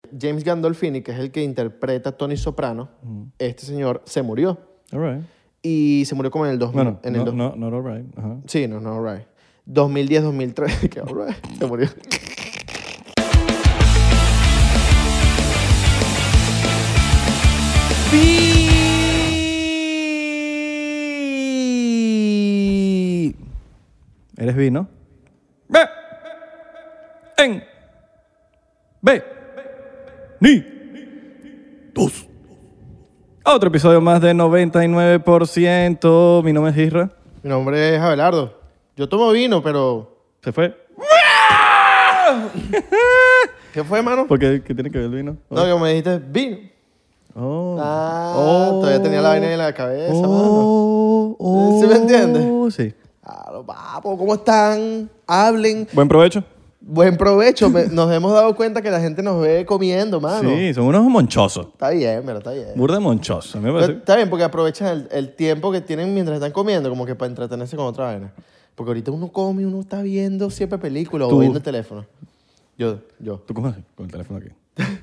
James Gandolfini, que es el que interpreta a Tony Soprano, este señor se murió. All right. Y se murió como en el 2000. Bueno, en el no all right. Ajá. Sí, no, all right. 2010, 2003, que all right, se murió. ¿Eres vino? Ve. En. Ve. Ni. Dos. Otro episodio más de 99%. Mi nombre es Isra. Mi nombre es Abelardo. Yo tomo vino, pero... ¿Se fue? ¿Qué fue, mano? ¿Por qué? ¿Qué tiene que ver el vino? No, que me dijiste vino. Oh. Todavía tenía la vaina en la cabeza, mano. Oh. ¿Sí me entiendes? Sí. Claro, papo, ¿cómo están? Hablen. Buen provecho. Buen provecho. Nos hemos dado cuenta que la gente nos ve comiendo, mano. Sí, son unos monchosos. Está bien, pero está bien. Burda de monchosos. A mí me Pero parece... está bien porque aprovechan el tiempo que tienen mientras están comiendo, como que para entretenerse con otra vaina. Porque ahorita uno come y uno está viendo siempre películas o Tú. viendo el teléfono. Yo. ¿Tú cómo haces con el teléfono aquí?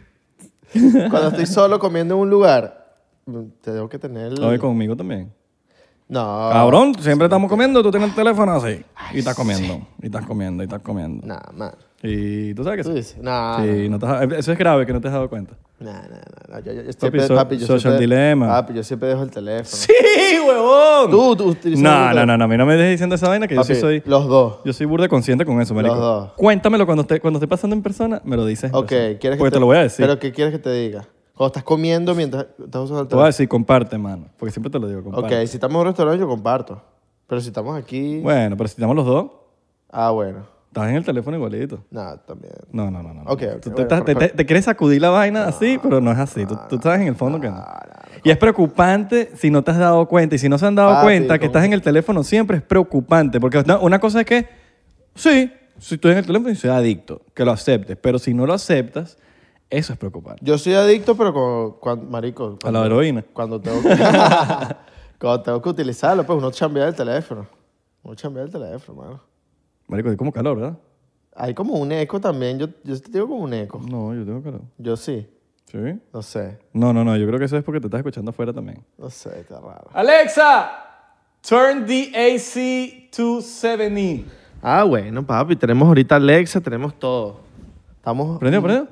Cuando estoy solo comiendo en un lugar, te tengo que tener... Oye, conmigo también. No. Cabrón, siempre estamos comiendo, tú tienes el teléfono así. Y estás comiendo, y estás comiendo, y estás comiendo. Nah, man. Y tú sabes que ¿Tú sí. dices? Nah, Sí, no te has- eso es grave que no te has dado cuenta. nah. Yo Papi, siempre, papi, yo social siempre, dilemma. Papi, yo siempre dejo el teléfono. ¡Sí, huevón! Tú utilizas No, el no, teléfono. no, a mí no me dejes diciendo esa vaina que Papi, yo sí soy... los dos. Yo soy burda consciente con eso, marico. Los dos. Cuéntamelo cuando esté pasando en persona, me lo dices. en Ok, persona. ¿quieres que Porque te lo voy a decir. ¿Pero qué quieres que te diga? Cuando estás comiendo mientras estás usando el Te voy a teléfono. decir, comparte, mano. Porque siempre te lo digo, comparte. Ok, si estamos en un restaurante yo comparto. Pero si estamos aquí... Bueno, pero si estamos los dos, Ah, bueno. estás en el teléfono igualito. Nada, también. No. Ok, Tú bueno, te quieres sacudir la vaina así, pero no es así. Tú sabes en el fondo que no. Y es preocupante si no te has dado cuenta. Y si no se han dado Papi, cuenta que ¿cómo? estás en el teléfono siempre es preocupante. Porque una cosa es que, sí, si estoy en el teléfono y soy adicto, que lo aceptes. Pero si no lo aceptas, eso es preocupante. Yo soy adicto, pero marico... A la heroína. Cuando tengo que... cuando tengo que utilizarlo, pues uno chambea el teléfono. Uno chambea el teléfono, mano. Marico, hay como calor, ¿verdad? Hay como un eco también. Yo te digo como un eco. No, yo tengo calor. Yo sí. ¿Sí? No sé. No, yo creo que eso es porque te estás escuchando afuera también. No sé, está raro. Alexa, turn the AC to 70. Ah, bueno, papi. Tenemos ahorita Alexa, tenemos todo. Estamos... ¿Prendió?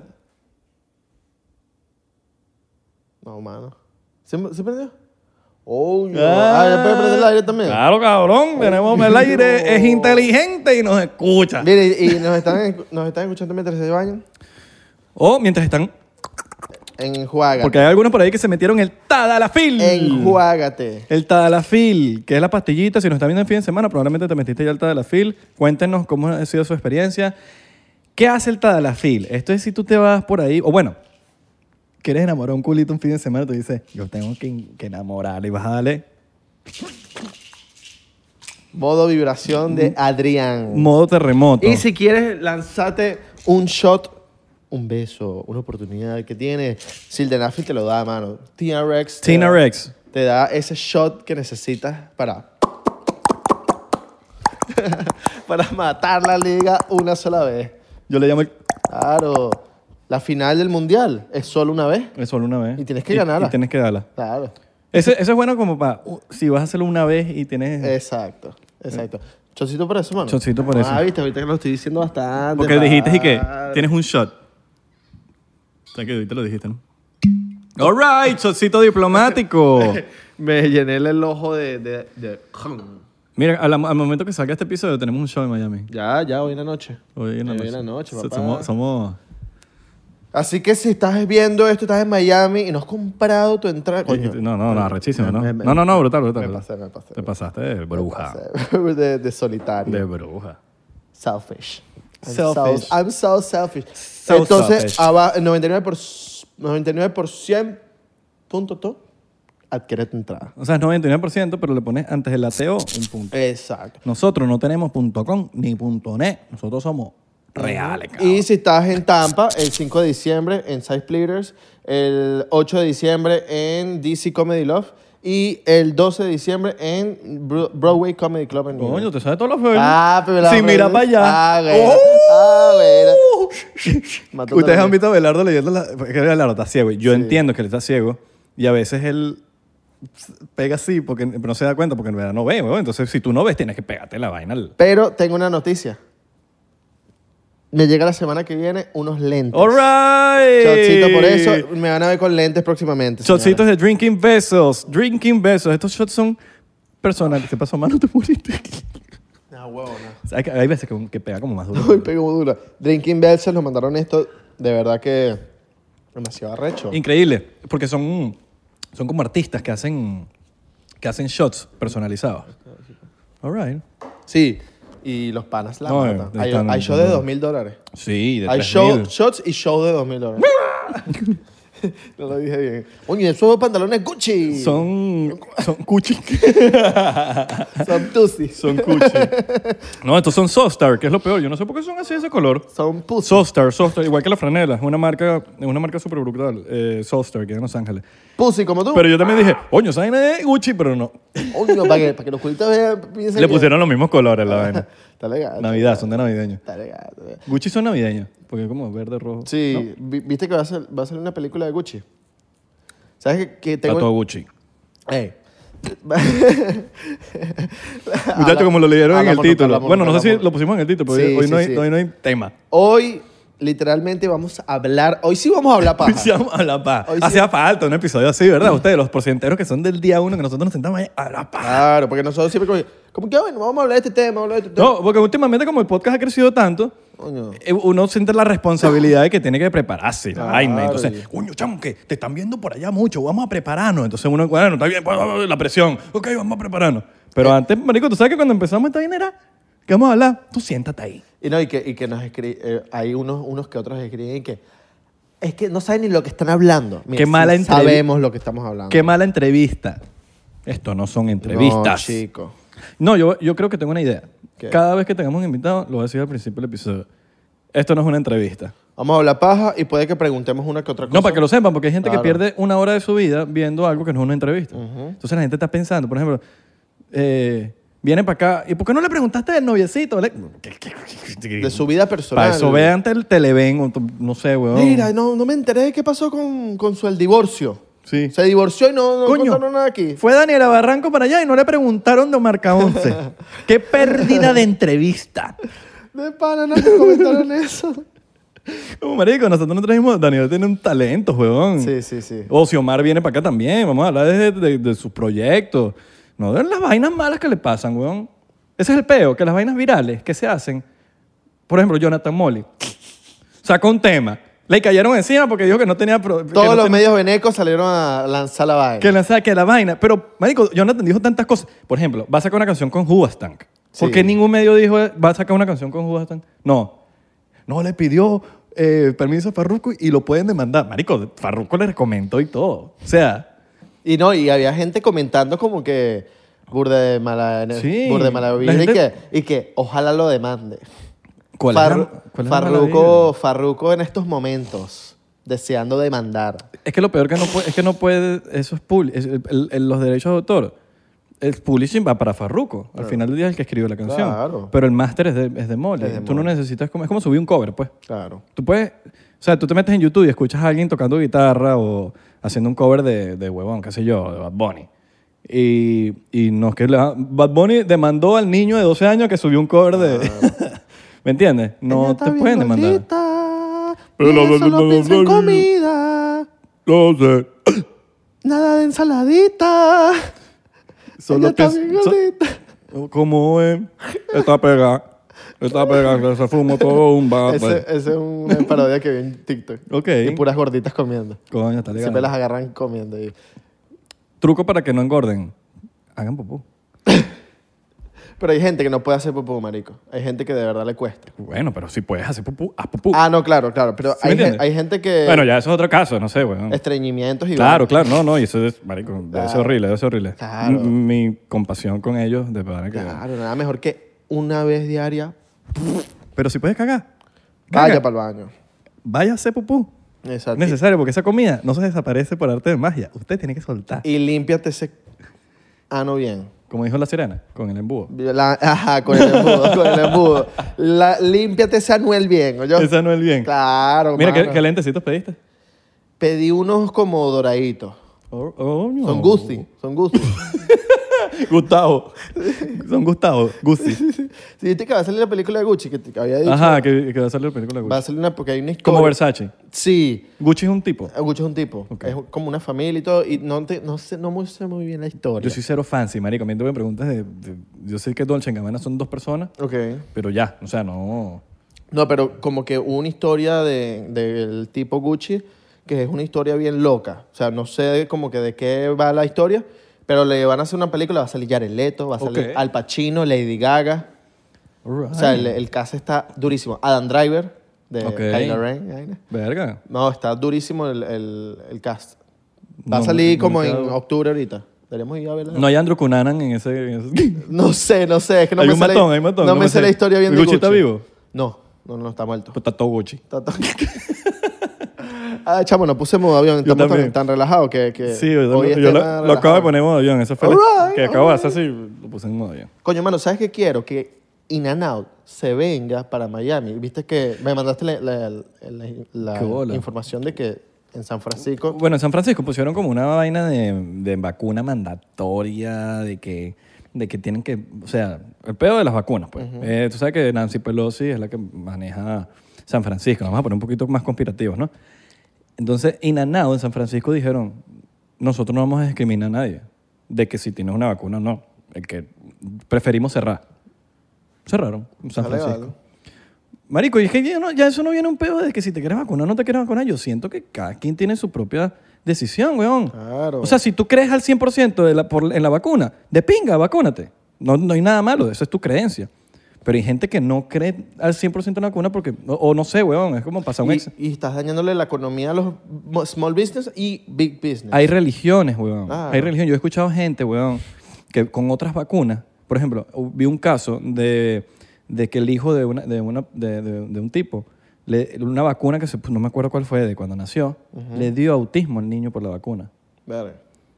No, mano. ¿Se prendió? Oh, ya puede prender el aire también. Claro, cabrón. Tenemos el aire, es inteligente y nos escucha. Mire, y nos están escuchando mientras se bañan. O mientras están... Enjuágate. Porque hay algunos por ahí que se metieron el Tadalafil. Enjuágate. El Tadalafil, que es la pastillita. Si nos está viendo en fin de semana, probablemente te metiste ya el Tadalafil. Cuéntenos cómo ha sido su experiencia. ¿Qué hace el Tadalafil? Esto es si tú te vas por ahí... O bueno, quieres enamorar a un culito un fin de semana, tú dices, yo tengo que enamorarle y vas a darle Modo vibración de Adrián. modo terremoto. Y si quieres lanzarte un shot, un beso, una oportunidad que tiene, Sildenafil te lo da, mano. TRX. Tina Rex. Te da ese shot que necesitas para matar la liga una sola vez. Yo le llamo el... Claro. La final del mundial es solo una vez. Es solo una vez. Y tienes que ganarla. Y tienes que darla. Claro. Eso es bueno como para... si vas a hacerlo una vez y tienes... Exacto. Chocito por eso, mano. Chocito por eso. Ah, viste, ahorita que lo estoy diciendo bastante. Porque dijiste y que padre. tienes un shot. O sea que ahorita lo dijiste, ¿no? All right, shotcito diplomático. Me llené el ojo de... Mira, al momento que salga este episodio tenemos un show en Miami. Ya, hoy en la noche. Hoy en la Hoy noche. en la noche, papá. Somos... Así que si estás viendo esto, estás en Miami y no has comprado tu entrada... Coño. No, arrechísimo, ¿no? Me- No, brutal. Me pasé. Te pasaste de bruja. De solitario. De bruja. Selfish. Selfish. I'm so selfish. So Entonces, selfish. el 99% punto todo, adquiere tu entrada. O sea, es 99%, pero le pones antes el ateo un punto. Exacto. Nosotros no tenemos .com ni .net. Nosotros somos reales, cabrón. Y si estás en Tampa, el 5 de diciembre en Side Splitters, el 8 de diciembre en DC Comedy Love Y el 12 de diciembre en Broadway Comedy Club en New Coño, York. te sabes todos los juegos. Pero la Sí, mira para allá. Bueno. Mató Ustedes han también. visto a Belardo leyendo la... Porque Belardo está ciego. Yo entiendo que él está ciego. Y a veces él pega así porque pero no se da cuenta porque en verdad no ve, weón. Entonces, si tú no ves, tienes que pegarte la vaina. Pero tengo una noticia. Me llega la semana que viene unos lentes. All right. Shotcito, por eso me van a ver con lentes próximamente. Shotcitos señores. de Drinking Vessels. Drinking Vessels. Estos shots son personales. ¿Qué pasó, mano? Te moriste. No, huevo, no. ¿Sabes que hay veces que pega como más duro? Uy, pegó dura. Drinking Bells nos mandaron esto. De verdad que demasiado arrecho. Increíble. Porque son como artistas que hacen shots personalizados. All right. Sí. Y los panas la No, matan. Hay están- show de $2,000. Sí, de Hay 3,000. shots y show de $2,000. No lo dije bien. Oye, esos pantalones Gucci. Son Gucci. Son Tusi. Son Gucci. No, estos son Softstar, que es lo peor. Yo no sé por qué son así de ese color. Son Pussy. Softstar, igual que la franela. Es una marca súper brutal. Softstar, que es en Los Ángeles. Pussy, como tú. Pero yo también dije, coño, esa vaina es Gucci, pero no. Oye, para que los culitos vean, piensen Le que- pusieron los mismos colores a la vaina. Está legal. Navidad, son de navideños. Está legal. Está legal. Gucci son navideños, porque es como verde, rojo. Sí, viste que va a salir una película de Gucci. ¿Sabes que Está tengo... todo Gucci. Ey. Muchachos, como lo leyeron en el título. Hablamos, Bueno, no sé si hablamos. lo pusimos en el título, pero Sí, hoy, sí, no hay, sí. hoy no hay tema. Hoy, literalmente, vamos a hablar... Hoy sí vamos a hablar paja. Hoy sí vamos a hablar paja. Hoy sí. Hacía falta un episodio así, ¿verdad? Ustedes, los porcienteros que son del día uno, que nosotros nos sentamos ahí a hablar paja. Claro, porque nosotros siempre como que, bueno, vamos a hablar de este tema, vamos a hablar de este tema. No, porque últimamente como el podcast ha crecido tanto, Coño. uno siente la responsabilidad de que tiene que prepararse. La Claro. vaina. Entonces, coño, chamo, que te están viendo por allá mucho, vamos a prepararnos. Entonces uno, bueno, está bien, pues, la presión. Ok, vamos a prepararnos. Pero antes, marico, tú sabes que cuando empezamos esta vaina era, ¿qué vamos a hablar? Tú siéntate ahí. Y no, y que nos escriben, hay unos que otros escriben que es que no saben ni lo que están hablando. Mira, Qué mala sí entrevista. sabemos lo que estamos hablando. Qué mala entrevista. Esto no son entrevistas. No, chico. No, yo creo que tengo una idea. ¿Qué? Cada vez que tengamos un invitado, lo voy a decir al principio del episodio. Esto no es una entrevista. Vamos a hablar paja y puede que preguntemos una que otra cosa. No, para que lo sepan, porque hay gente Claro. que pierde una hora de su vida viendo algo que no es una entrevista. Entonces la gente está pensando, por ejemplo, viene para acá, ¿y por qué no le preguntaste del noviecito? De su vida personal. Para eso vean Televen, o no sé, weón. Mira, no me enteré de qué pasó con el divorcio. Sí. Se divorció y no Coño, contaron nada aquí. Fue Daniela Barranco para allá y no le preguntaron de Marca 11. Qué pérdida de entrevista. De pana, no me comentaron eso. Como marico, nosotros no trajimos... Daniel tiene un talento, weón. Sí, sí, sí. O Xiomar viene para acá también. Vamos a hablar de sus proyectos. No de las vainas malas que le pasan, weón. Ese es el peo, que las vainas virales que se hacen... Por ejemplo, Jonathan Molly sacó un tema. Le cayeron encima porque dijo que no tenía... Todos los medios venecos salieron a lanzar la vaina. Que lanzaba que la vaina. Pero, marico, Jonathan dijo tantas cosas. Por ejemplo, va a sacar una canción con Hubastank. ¿Por Sí. qué ningún medio dijo va a sacar una canción con Hubastank? No. No le pidió permiso a Farruko y lo pueden demandar. Marico, Farruko le recomendó y todo. O sea, Y no, y había gente comentando como que burda de mala, Sí. burda de mala La vibra gente- y que ojalá lo demande. ¿cuál es la mala Farruko en estos momentos deseando demandar. Es que lo peor que no puede, eso es los derechos de autor. El publishing va para Farruko. Al final del día es el que escribió la canción. Claro. Pero el máster es de Molly. Es de Tú no Molly. necesitas, es como subir un cover, pues. Claro. Tú puedes, o sea, tú te metes en YouTube y escuchas a alguien tocando guitarra o haciendo un cover de huevón, qué sé yo, de Bad Bunny. Y no es que Bad Bunny demandó al niño de 12 años que subió un cover de... ¿Me entiendes? Ella No está te bien pueden demandar. gordita, y eso no piensa en comida. No sé. Nada de ensaladita. Ella está bien gordita. ¿Cómo es? Está pegada. Está pegada, que se fumó todo un bate. Ese es una parodia que vi en TikTok. Ok. De puras gorditas comiendo. Coño, está Siempre las legal. agarran comiendo. Truco para que no engorden. Hagan popó. Pero hay gente que no puede hacer pupú, marico. Hay gente que de verdad le cuesta. Bueno, pero si puedes hacer popó, haz popó. Ah, no, claro. Pero ¿Sí me hay, entiendes? hay gente que... Bueno, ya eso es otro caso, no sé, weón. Estreñimientos y... Claro, claro, no, y eso es, marico, debe ser Claro. horrible, debe ser horrible. Claro. Mi compasión con ellos, de verdad que... Claro, nada mejor que una vez diaria Pero si puedes cagar, vaya caga. para el baño. Vaya a hacer popó. Exacto. Es necesario, porque esa comida no se desaparece por arte de magia. Usted tiene que soltar. Y límpiate ese ano bien. Como dijo la sirena, con el embudo. Ajá, con el embudo, con el embudo. Límpiate ese anuel bien, ¿oyó? Esa no es el bien. Claro, Mira, mano. ¿qué lentecitos pediste? Pedí unos como doraditos. No. Son Gucci, son Gucci. Gustavo. Son Gustavo. Gucci. Sí, viste que va a salir la película de Gucci, que había dicho. Ajá, que va a salir la película de Va a Gucci. salir una, porque hay una historia. Como Versace. Sí, Gucci es un tipo. Gucci es un tipo. Ok. Es como una familia y todo, y no sé muy bien la historia. Yo soy cero fancy, marico. A mí tú me preguntas yo sé que Dolce & Gabbana son 2 personas, Ok. pero ya. O sea, no... No, pero como que hubo una historia del tipo Gucci, que es una historia bien loca. O sea, no sé como que de qué va la historia, pero le van a hacer una película, va a salir Jared Leto, va a salir Ok. Al Pacino, Lady Gaga. Alright. O sea, el cast está durísimo. Adam Driver, de Ok. Kylo Ren. Verga. No, está durísimo el cast. Va a No, salir no como me en quedo- octubre ahorita. Deberíamos ir a verla. No hay Andrew Cunanan en ese... No sé, es que no Hay me un sé matón, la, hay un matón. No me sé la historia bien de ¿Gucci está vivo? No, está muerto. Pues está todo Gucci. Chamo, nos puse modo avión. Yo Estamos también. tan relajados que Sí, hoy es yo tema lo acabo de relajado. poner en modo avión. Eso fue Alright, que acabo de hacer así, lo puse en modo avión. Coño, mano, ¿sabes qué quiero? Que In-N-Out se venga para Miami. Viste que me mandaste la Qué bola. información de que en San Francisco... Bueno, en San Francisco pusieron como una vaina de vacuna mandatoria, de que tienen que, o sea, el pedo de las vacunas, pues. Tú sabes que Nancy Pelosi es la que maneja San Francisco. Vamos a poner un poquito más conspirativos, ¿no? Entonces, In-N-Out en San Francisco dijeron, nosotros no vamos a discriminar a nadie de que si tienes una vacuna o no. El que preferimos cerrar. Cerraron en San Está legal. Francisco. Marico, y es que ya eso no viene un pedo de que si te quieres vacunar o no te quieres vacunar. Yo siento que cada quien tiene su propia decisión, weón. Claro. O sea, si tú crees al 100% en la vacuna, de pinga, vacúnate. No hay nada malo, eso es tu creencia. Pero hay gente que no cree al 100% en la vacuna porque, o no sé, weón, es como pasar un ex. Y estás dañándole la economía a los small business y big business. Hay religiones, weón. Claro. Hay religión. Yo he escuchado gente, weón, que con otras vacunas, por ejemplo, vi un caso de que el hijo de un tipo, una vacuna que no me acuerdo cuál fue, de cuando nació, le dio autismo al niño por la vacuna. Verga.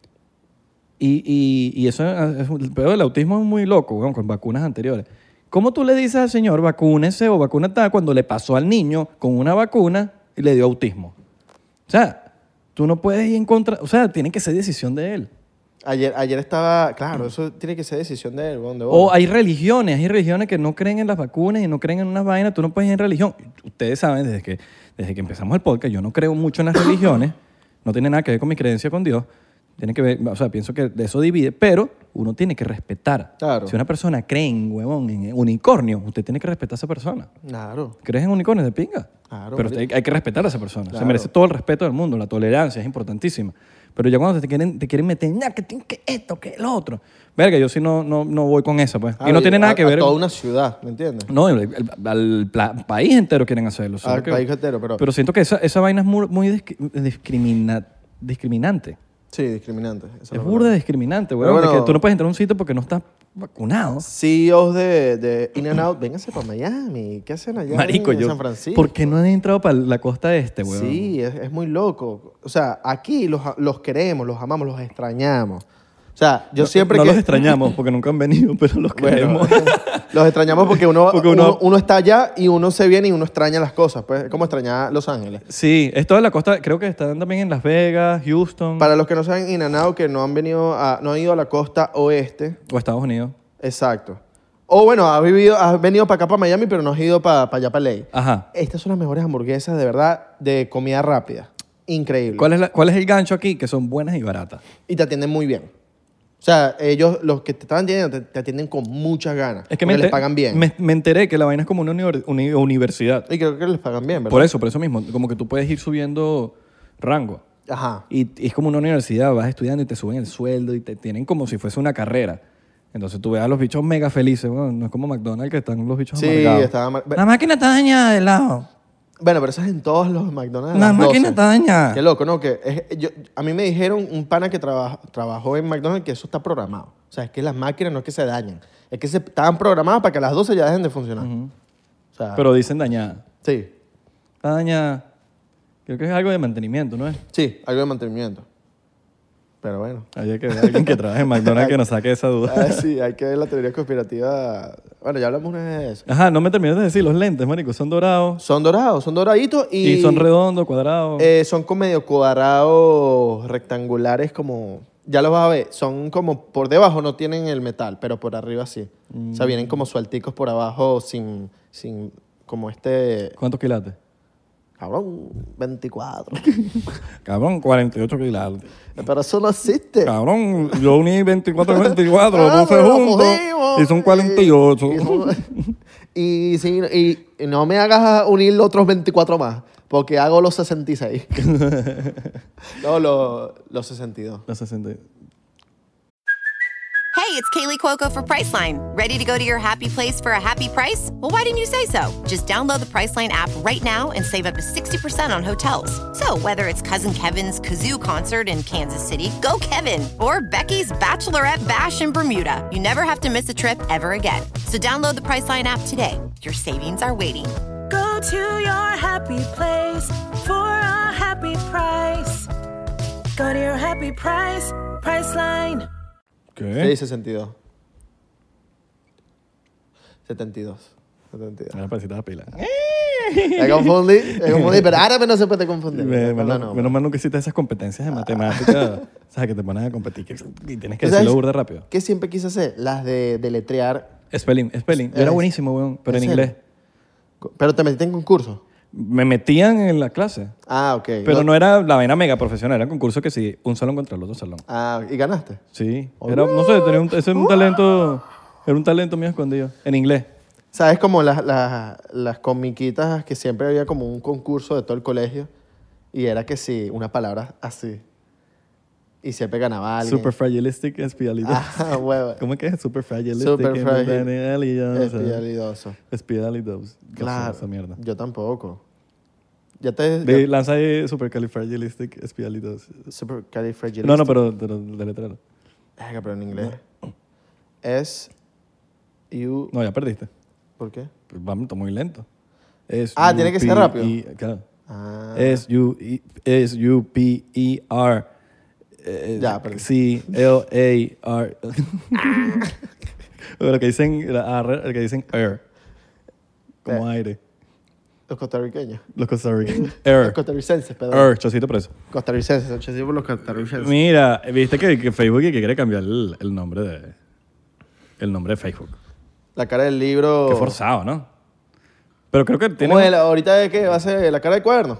Y eso, el pedo del autismo es muy loco, weón, con vacunas anteriores. ¿Cómo tú le dices al señor, vacúnese o vacúnate cuando le pasó al niño con una vacuna y le dio autismo? O sea, tú no puedes ir en contra, o sea, tiene que ser decisión de él. Ayer estaba... Claro, eso tiene que ser decisión de él. ¿Dónde O hay religiones que no creen en las vacunas y no creen en unas vainas, tú no puedes ir en religión. Ustedes saben, desde que empezamos el podcast, yo no creo mucho en las religiones, no tiene nada que ver con mi creencia con Dios, tiene que ver, o sea, pienso que de eso divide, pero uno tiene que respetar. Claro. Si una persona cree en, huevón, en unicornio, usted tiene que respetar a esa persona. Claro. ¿Crees en unicornios de pinga? Claro, Pero marico. hay que respetar a esa persona. Se Claro. merece todo el respeto del mundo, la tolerancia es importantísima. Pero ya cuando te quieren meter, "Nah, que tienes que esto, que el otro". Verga, yo sí no voy con esa, pues. y no tiene nada que ver. A toda una ciudad, ¿me entiendes? No, al país entero quieren hacerlo. Siento Al país entero, pero... siento que esa vaina es muy discriminante. Sí, discriminante. Esa Es la burda palabra. discriminante, Pero weón. De bueno- que tú no puedes entrar a un sitio porque no estás vacunado. CEOs de In-N-Out, vénganse para Miami. ¿Qué hacen allá Marico, en yo. San Francisco? ¿Por qué no han entrado para la costa este, weón? Sí, es muy loco. O sea, aquí los queremos, los amamos, los extrañamos. O sea, yo siempre no que... los extrañamos porque nunca han venido, pero los Bueno, queremos. los extrañamos porque uno, Porque uno- uno está allá y uno se viene y uno extraña las cosas. Pues es como extrañar Los Ángeles. Sí, es toda la costa. Creo que están también en Las Vegas, Houston Para los que no saben, In-N-Out, que no han ido a la costa oeste. o Estados Unidos. Exacto. O bueno, has venido para acá, para Miami, pero no has ido para allá, para LA. Ajá. Estas son las mejores hamburguesas, de verdad, de comida rápida. Increíble. ¿Cuál es el gancho aquí? Que son buenas y baratas. Y te atienden muy bien. O sea, ellos, los que te están atendiendo, te atienden con muchas ganas. Es que porque les pagan bien. Me enteré que la vaina es como una universidad. Y creo que les pagan bien, ¿verdad? Por eso mismo. Como que tú puedes ir subiendo rango. Ajá. Y es como una universidad, vas estudiando y te suben el sueldo y te tienen como si fuese una carrera. Entonces tú ves a los bichos mega felices. Bueno, no es como McDonald's que están los bichos Sí, amargados. estaba mal. La máquina está dañada de lado. Bueno, pero eso es en todos los McDonald's. a La las máquina 12. está dañada. Qué loco, ¿no? A mí me dijeron un pana que trabajó en McDonald's que eso está programado. O sea, es que las máquinas no es que se dañen. Es que estaban programadas para que a las 12 ya dejen de funcionar. O sea, Pero dicen dañada. sí, Está dañada. Creo que es algo de mantenimiento, ¿no es? sí, algo de mantenimiento. Pero bueno. Hay que ver a alguien que trabaje en McDonald's que nos saque esa duda. Sí, hay que ver la teoría conspirativa. Bueno, ya hablamos una vez de eso. Ajá, no me terminas de decir, los lentes, marico, son dorados Son dorados, son doraditos y son redondos, cuadrados. son como medio cuadrados, rectangulares, como... Ya los vas a ver, son como por debajo no tienen el metal, pero por arriba sí. O sea, vienen como suelticos por abajo sin como ¿Cuántos quilates? Cabrón, 24. Cabrón, 48 quilates. Pero eso no existe. Cabrón, yo uní 24 y 24, Ah, lo puse pero juntos jodimos. y son 48. Y, sí, y no me hagas unir los otros 24 más, porque hago los 66. No, los 62. No 60. Hey, it's Kaylee Cuoco for Priceline. Ready to go to your happy place for a happy price? Well, why didn't you say so? Just download the Priceline app right now and save up to 60% on hotels. So whether it's Cousin Kevin's Kazoo Concert in Kansas City, go Kevin, or Becky's Bachelorette Bash in Bermuda, you never have to miss a trip ever again. So download the Priceline app today. Your savings are waiting. Go to your happy place for a happy price. Go to your happy price, Priceline. ¿Qué? Sí, 62. 72. Me pareciste la pila. Me confundí, pero árabe no se puede confundir. Menos mal nunca hiciste esas competencias de matemáticas. O sea, que te pones a competir y tienes que ¿Sabes decirlo burda rápido. ¿Qué siempre quise hacer? Las de deletrear. Spelling. Yo era buenísimo, weón, pero en ¿En serio? inglés. Pero te metiste en concurso. Me metían en la clase. Ah, ok. Pero no era la vaina mega profesional, era un concurso que sí, un salón contra el otro salón. Ah, ¿y ganaste? Sí. Era, no sé, tenía ese era un talento, era un talento mío escondido. En inglés. ¿Sabes? Como las comiquitas que siempre había como un concurso de todo el colegio y era que sí, una palabra así. Y siempre ganaba alguien. Superfragilistic espialidad. Ah, huevo. ¿Cómo es que es? Superfragilistic Espialidoso. Espialidoso. Claro. Esa mierda. Yo tampoco. Ya te... Lanza ahí supercalifragilistic espialidoso. Supercalifragilistic. No, pero deletrero. Venga, pero en inglés. S, U... No, ya perdiste. ¿Por qué? Pues vamos, muy lento. Tiene que ser rápido. Claro. Ah. S-U-P-E-R. Ya, perdí. C-L-A-R. Lo que dicen, el que dicen air. Como aire. Los costarriqueños. Los costarricenses. Los Air. costarricenses, perdón. Air, chocito preso. Costarricenses, chocito por los costarricenses. Mira, viste que Facebook que quiere cambiar el nombre de Facebook. La cara del libro... Qué forzado, ¿no? Pero creo que tiene... ¿Cómo es? ¿Ahorita de qué? ¿Va a ser la cara del cuaderno?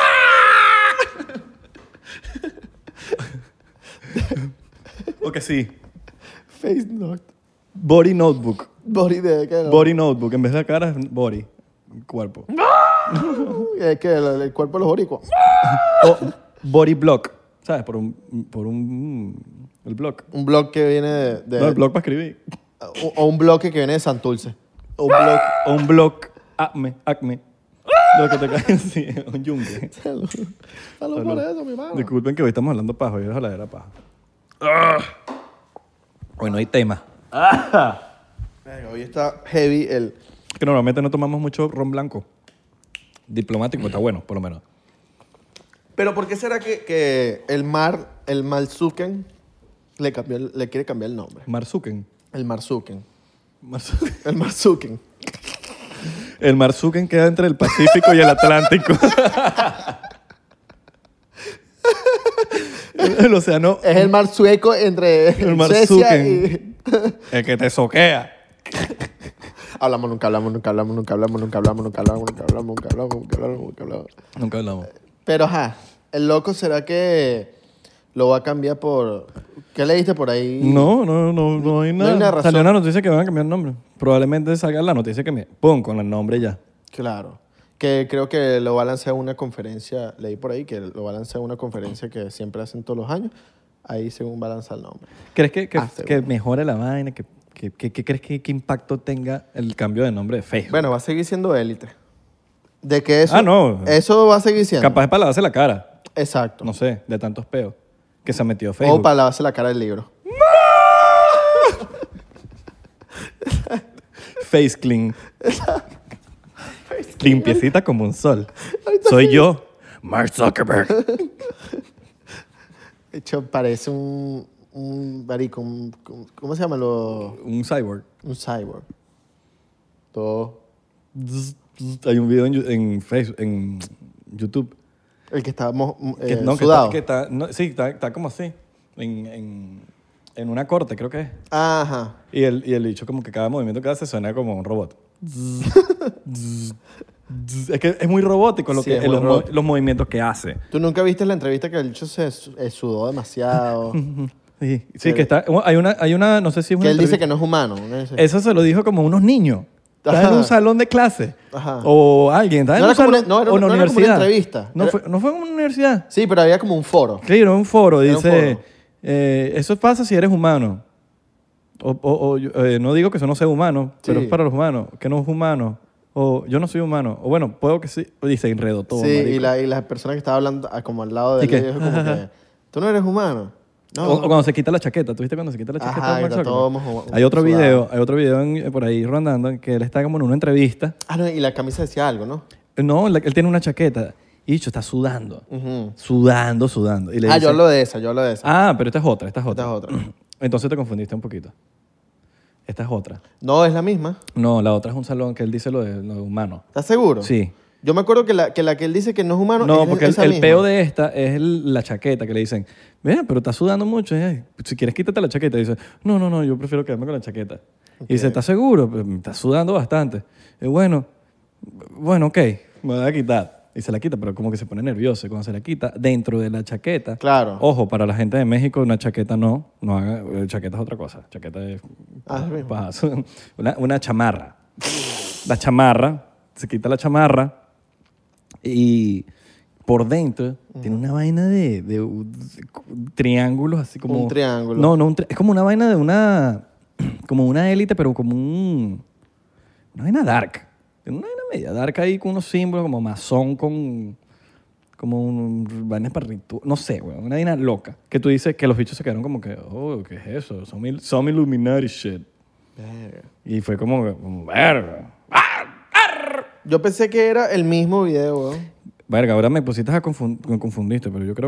O que sí. Face Note. Body Notebook. Body de qué? Body Notebook. En vez de la cara, es body. Cuerpo. Es que el cuerpo de los boricuas. O body block. ¿Sabes? Por un el blog. Un blog que viene de... No, el blog para escribir. O un bloque que viene de Santurce. O un blog acme. Lo que te cae sí, un yunque. Salud por eso, mi mano. Disculpen que hoy estamos hablando paja. Hoy es la paja. Hoy no hay tema. Venga, hoy está heavy el... Que normalmente no tomamos mucho ron blanco. Diplomático está bueno, por lo menos. Pero ¿por qué será que el Marzuken le quiere cambiar el nombre? Marzuken. El Marzuken. El Marzuken. El Marzuken queda entre el Pacífico y el Atlántico. El océano. Es el mar sueco entre El mar Suecia Zucken. y... El que te soquea. Nunca hablamos. Nunca hablamos. Pero, el loco será que lo va a cambiar por... ¿Qué leíste por ahí? No hay nada. hay una razón. Salió una noticia que van a cambiar el nombre. Probablemente salga la noticia que pum, con el nombre ya. Claro. Que creo que lo va a lanzar una conferencia, leí por ahí, que lo va a lanzar una conferencia que siempre hacen todos los años. Ahí según va a lanzar el nombre. ¿Crees que seguro. mejore la vaina? ¿Qué crees que impacto tenga el cambio de nombre de Facebook? Bueno, va a seguir siendo élite. De que eso... no. Eso va a seguir siendo. Capaz es para lavarse la cara. Exacto. No sé, de tantos peos que se ha metido Facebook. O para lavarse la cara del libro. Face clean. Limpiecita como un sol. Soy yo, Mark Zuckerberg. De hecho, parece marico, ¿cómo se llama? Un cyborg. Un cyborg. Todo. Hay un video en Facebook, en YouTube. El que está Que sudado. Sí, está como así. En una corte, creo que es. Ajá. Y el bicho como que cada movimiento que hace suena como un robot. Es que es muy robótico Sí, es muy robótico. los movimientos que hace. ¿Tú nunca viste la entrevista que el bicho se sudó demasiado? Sí, que está... Hay una, no sé si es una Que él dice entrevista- que no es humano. ¿no? Eso se lo dijo como unos niños. Estaba en Ajá. un salón de clase. Ajá. O alguien. Estaba en No un era como salón. una- no, era o una- una no era como universidad. una entrevista. No fue como una universidad. Sí, pero había como un foro. Claro, un foro. Era un Dice, foro. eso pasa si eres humano. No digo que eso no sea humano, pero Sí. es para los humanos. Que no es humano. O yo no soy humano. O bueno, puedo que sí. Y se enredó todo, Sí, y marico. la persona que estaba hablando como al lado de ¿Y él qué? le dijo como que, ¿tú no eres humano? No. O cuando se quita la chaqueta. ¿Tú viste cuando se quita la Ajá, chaqueta? de Mark está todo Zuckerberg? mojo- Hay otro sudado. video por ahí rondando que él está como en una entrevista. Ah, no, y la camisa decía algo, ¿no? No, él tiene una chaqueta. Y dicho, está sudando. Ujú. Sudando. Y le Ah, dice, yo hablo de esa. Ah, pero esta es otra. Esta es otra. Entonces te confundiste un poquito. Esta es otra. No, es la misma. No, la otra es un salón que él dice lo de humano. ¿Estás seguro? Sí. Yo me acuerdo que la que él dice que no es humano No, es porque esa el misma. peo de esta es la chaqueta que le dicen, mira, pero estás sudando mucho. Si quieres, quítate la chaqueta. Y dice, no, yo prefiero quedarme con la chaqueta. Y dice, ¿estás seguro? Pero me estás sudando bastante. Y bueno, ok, me voy a quitar. Y se la quita, pero como que se pone nervioso. Y cuando se la quita, dentro de la chaqueta... Claro. Ojo, para la gente de México, una chaqueta no haga... Chaqueta es otra cosa. Chaqueta es... Ah, es lo mismo. pajazo. Una chamarra. La chamarra, se quita la chamarra y por dentro tiene una vaina de triángulos así como... Un triángulo. No, es como una vaina de una... Como una élite, pero como una vaina dark. Una vaina media dark ahí con unos símbolos como masón con... Como vainas para ritual. No sé, güey. Una vaina loca. Que tú dices que los bichos se quedaron como que... Oh, ¿qué es eso? Some Illuminati shit. Verga. Y fue como verga. Yo pensé que era el mismo video, weón. Verga, ahora me pusiste me confundiste, pero yo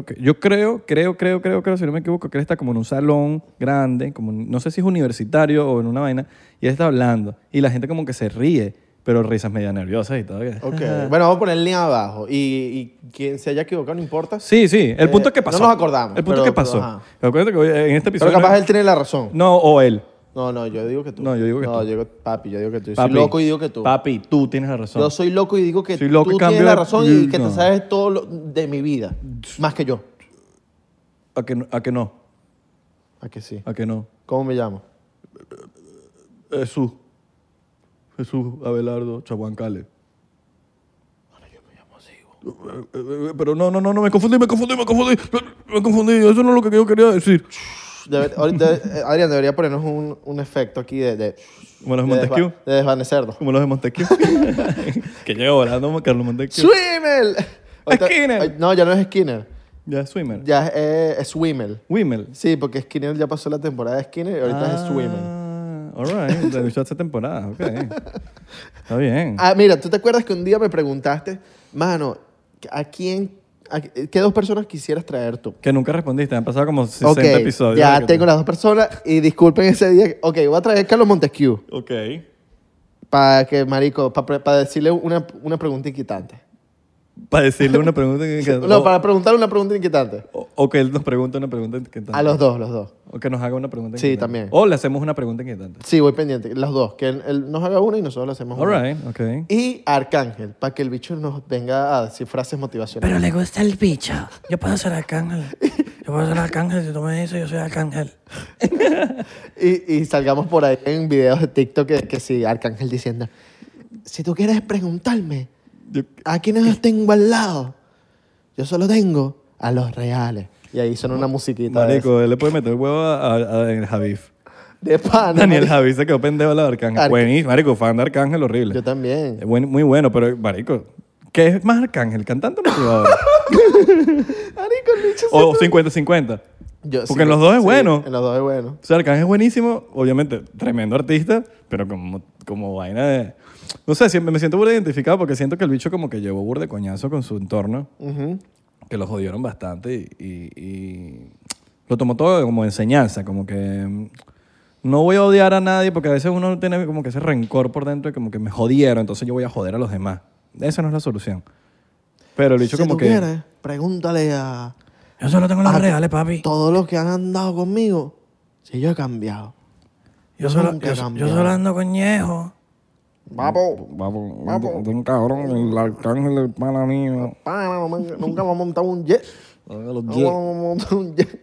creo, si no me equivoco, que él está como en un salón grande, como no sé si es universitario o en una vaina, y él está hablando, y la gente como que se ríe, pero risas media nerviosas y todo. Ok. Bueno, vamos a poner el link abajo. Y quien se haya equivocado no importa. Sí, el punto es que pasó. no nos acordamos, El punto pero- es que pasó. pero, ajá. Acuérdate que hoy, en este Pero episodio... capaz él tiene la razón. No, o él. No, yo digo que tú. No, yo digo que No, tú. yo digo, papi, yo digo que tú. Yo Papi, soy loco y digo que tú. Papi, tú tienes la razón. Yo soy loco y digo que Soy loco y tú cambio tienes la de- razón y que no. te sabes todo de mi vida. Más que yo. ¿A que no? ¿A que sí? ¿A que no? ¿Cómo me llamo? Jesús Abelardo Chaguancale. Pero no, me confundí. Me confundí, eso no es lo que yo quería decir. Adrián, debería ponernos un efecto aquí de Como los de Montesquieu. de desvanecernos. Como los de Montesquieu. Que llega volando Carlos Montesquieu. ¡Swimmel! Skinner. No, ya no es Skinner. Ya es Swimmer. Ya es Swimmel. Wimmel. Sí, porque Skinner ya pasó la temporada de Skinner y ahorita es Swimmel. All right. Te he visto hace temporada. Ok. Está bien. Ah, mira, ¿tú te acuerdas que un día me preguntaste, mano, ¿qué dos personas quisieras traer tú? Que nunca respondiste. Han pasado como 60 Ok, episodios. ya que tengo las dos personas y disculpen ese día. Ok, voy a traer a Carlos Montesquieu Ok. para que, marico, para decirle una pregunta inquietante. Para decirle una pregunta que... No, para preguntarle una pregunta inquietante. O que él nos pregunte una pregunta inquietante. A los dos. O que nos haga una pregunta Sí, inquietante. también. O le hacemos una pregunta inquietante. Sí, voy pendiente. Los dos. Que él nos haga una y nosotros le hacemos All una. right, ok. Y Arcángel, para que el bicho nos venga a decir frases motivacionales. Pero le gusta el bicho. Yo puedo ser arcángel. Yo puedo ser arcángel. Si tú me dices, yo soy arcángel. Y salgamos por ahí en videos de TikTok que sí, Arcángel diciendo, si tú quieres preguntarme a quiénes los tengo al lado, yo solo tengo a los reales. Y ahí suena una musiquita de Marico, él le puede meter el huevo a Daniel Javif. De pana. Daniel marico. Javif se quedó pendejo a la de Arcángel. Buenísimo, marico, fan de Arcángel, horrible. Yo también. Muy bueno, pero, marico, ¿qué es más Arcángel? ¿Cantante o motivador? Marico, el bicho O siempre- 50-50. Yo- porque en los dos es sí, bueno. En los dos es bueno. O sea, Arcángel es buenísimo, obviamente, tremendo artista, pero como vaina de... No sé, siempre me siento burda identificado porque siento que el bicho como que llevó burda de coñazo con su entorno, Ujú. que lo jodieron bastante y Lo tomo todo como enseñanza, como que no voy a odiar a nadie porque a veces uno tiene como que ese rencor por dentro de como que me jodieron, entonces yo voy a joder a los demás. Esa no es la solución. Pero el bicho Si como tú que... quieres, pregúntale a Yo solo tengo los reales, papi. todos los que han andado conmigo si yo he cambiado. Yo solo ando con Ñejo. Papo, un cabrón, el arcángel del pana mío. pana, nunca me ha montado un jet. Los Nunca me ha montado un jet.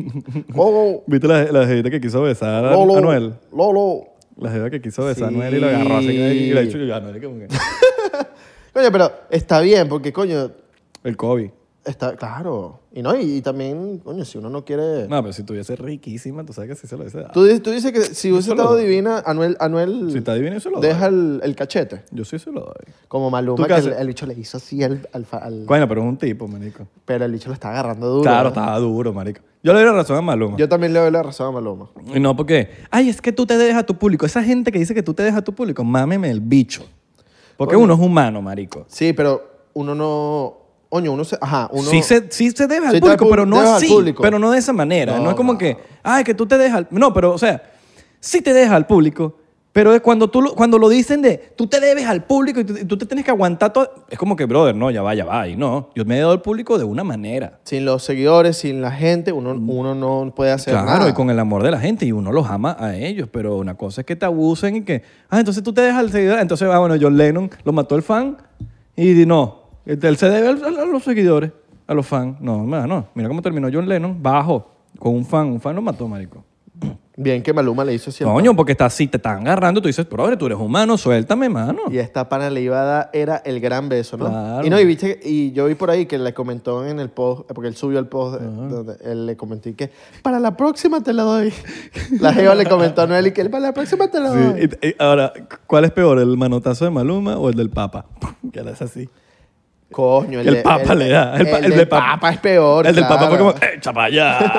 Lolo, ¿Viste la jevita que quiso besar a Lolo, Anuel? Lolo. La jevita que quiso besar a Sí. Anuel y lo agarró así y le ha dicho y Anuel como que... Coño, pero está bien, porque, coño, El COVID. está claro. Y también, coño, si uno no quiere... No, pero si tuviese riquísima, tú sabes que sí se lo dice. Tú dices que si hubiese se lo estado doy. divina, Anuel Si está divino, yo se lo doy. deja el cachete. Yo sí se lo doy. Como Maluma, ¿Tú qué que haces? el bicho le hizo así al Bueno, pero es un tipo, marico. pero el bicho lo está agarrando duro. Claro, ¿verdad? estaba duro, marico. Yo le doy la razón a Maluma. Yo también le doy la razón a Maluma. Y no porque, ay, es que tú te dejas a tu público. Esa gente que dice que tú te dejas a tu público, mámeme el bicho. Porque Coño. uno es humano, marico. Sí, pero uno no... Coño, uno se... Ajá, uno... Sí se debe al Sí te público, pero no debes al así. público. Pero no de esa manera. No, No, es como no. que, ay, que tú te dejas... No, pero, o sea, sí te dejas al público, pero es cuando cuando lo dicen de, tú te debes al público y tú te tienes que aguantar todo... Es como que, brother, no, ya va. Y no, yo me he dado al público de una manera. Sin los seguidores, sin la gente, uno no puede hacer Claro, nada. y con el amor de la gente, y uno los ama a ellos, pero una cosa es que te abusen y que, entonces tú te dejas al seguidor, entonces, bueno, John Lennon lo mató el fan y no, él se debe a los seguidores, a los fans. No, mira cómo terminó John Lennon, bajo, con un fan lo mató, marico. Bien que Maluma le hizo cierto. Coño, porque si te están agarrando, tú dices, brother, tú eres humano, suéltame, mano. Y esta pana le iba a dar, era el gran beso, ¿no? Claro. Y no, y yo vi por ahí que le comentó en el post, porque él subió el post donde él le comentó y que, para la próxima te la doy. La jeva le comentó a Noel y que para la próxima te la doy. Sí, ahora, ¿cuál es peor, el manotazo de Maluma o el del Papa? Que él es así. Coño, El Papa le da. El del Papa es peor, El del Papa fue claro. como, echa para allá.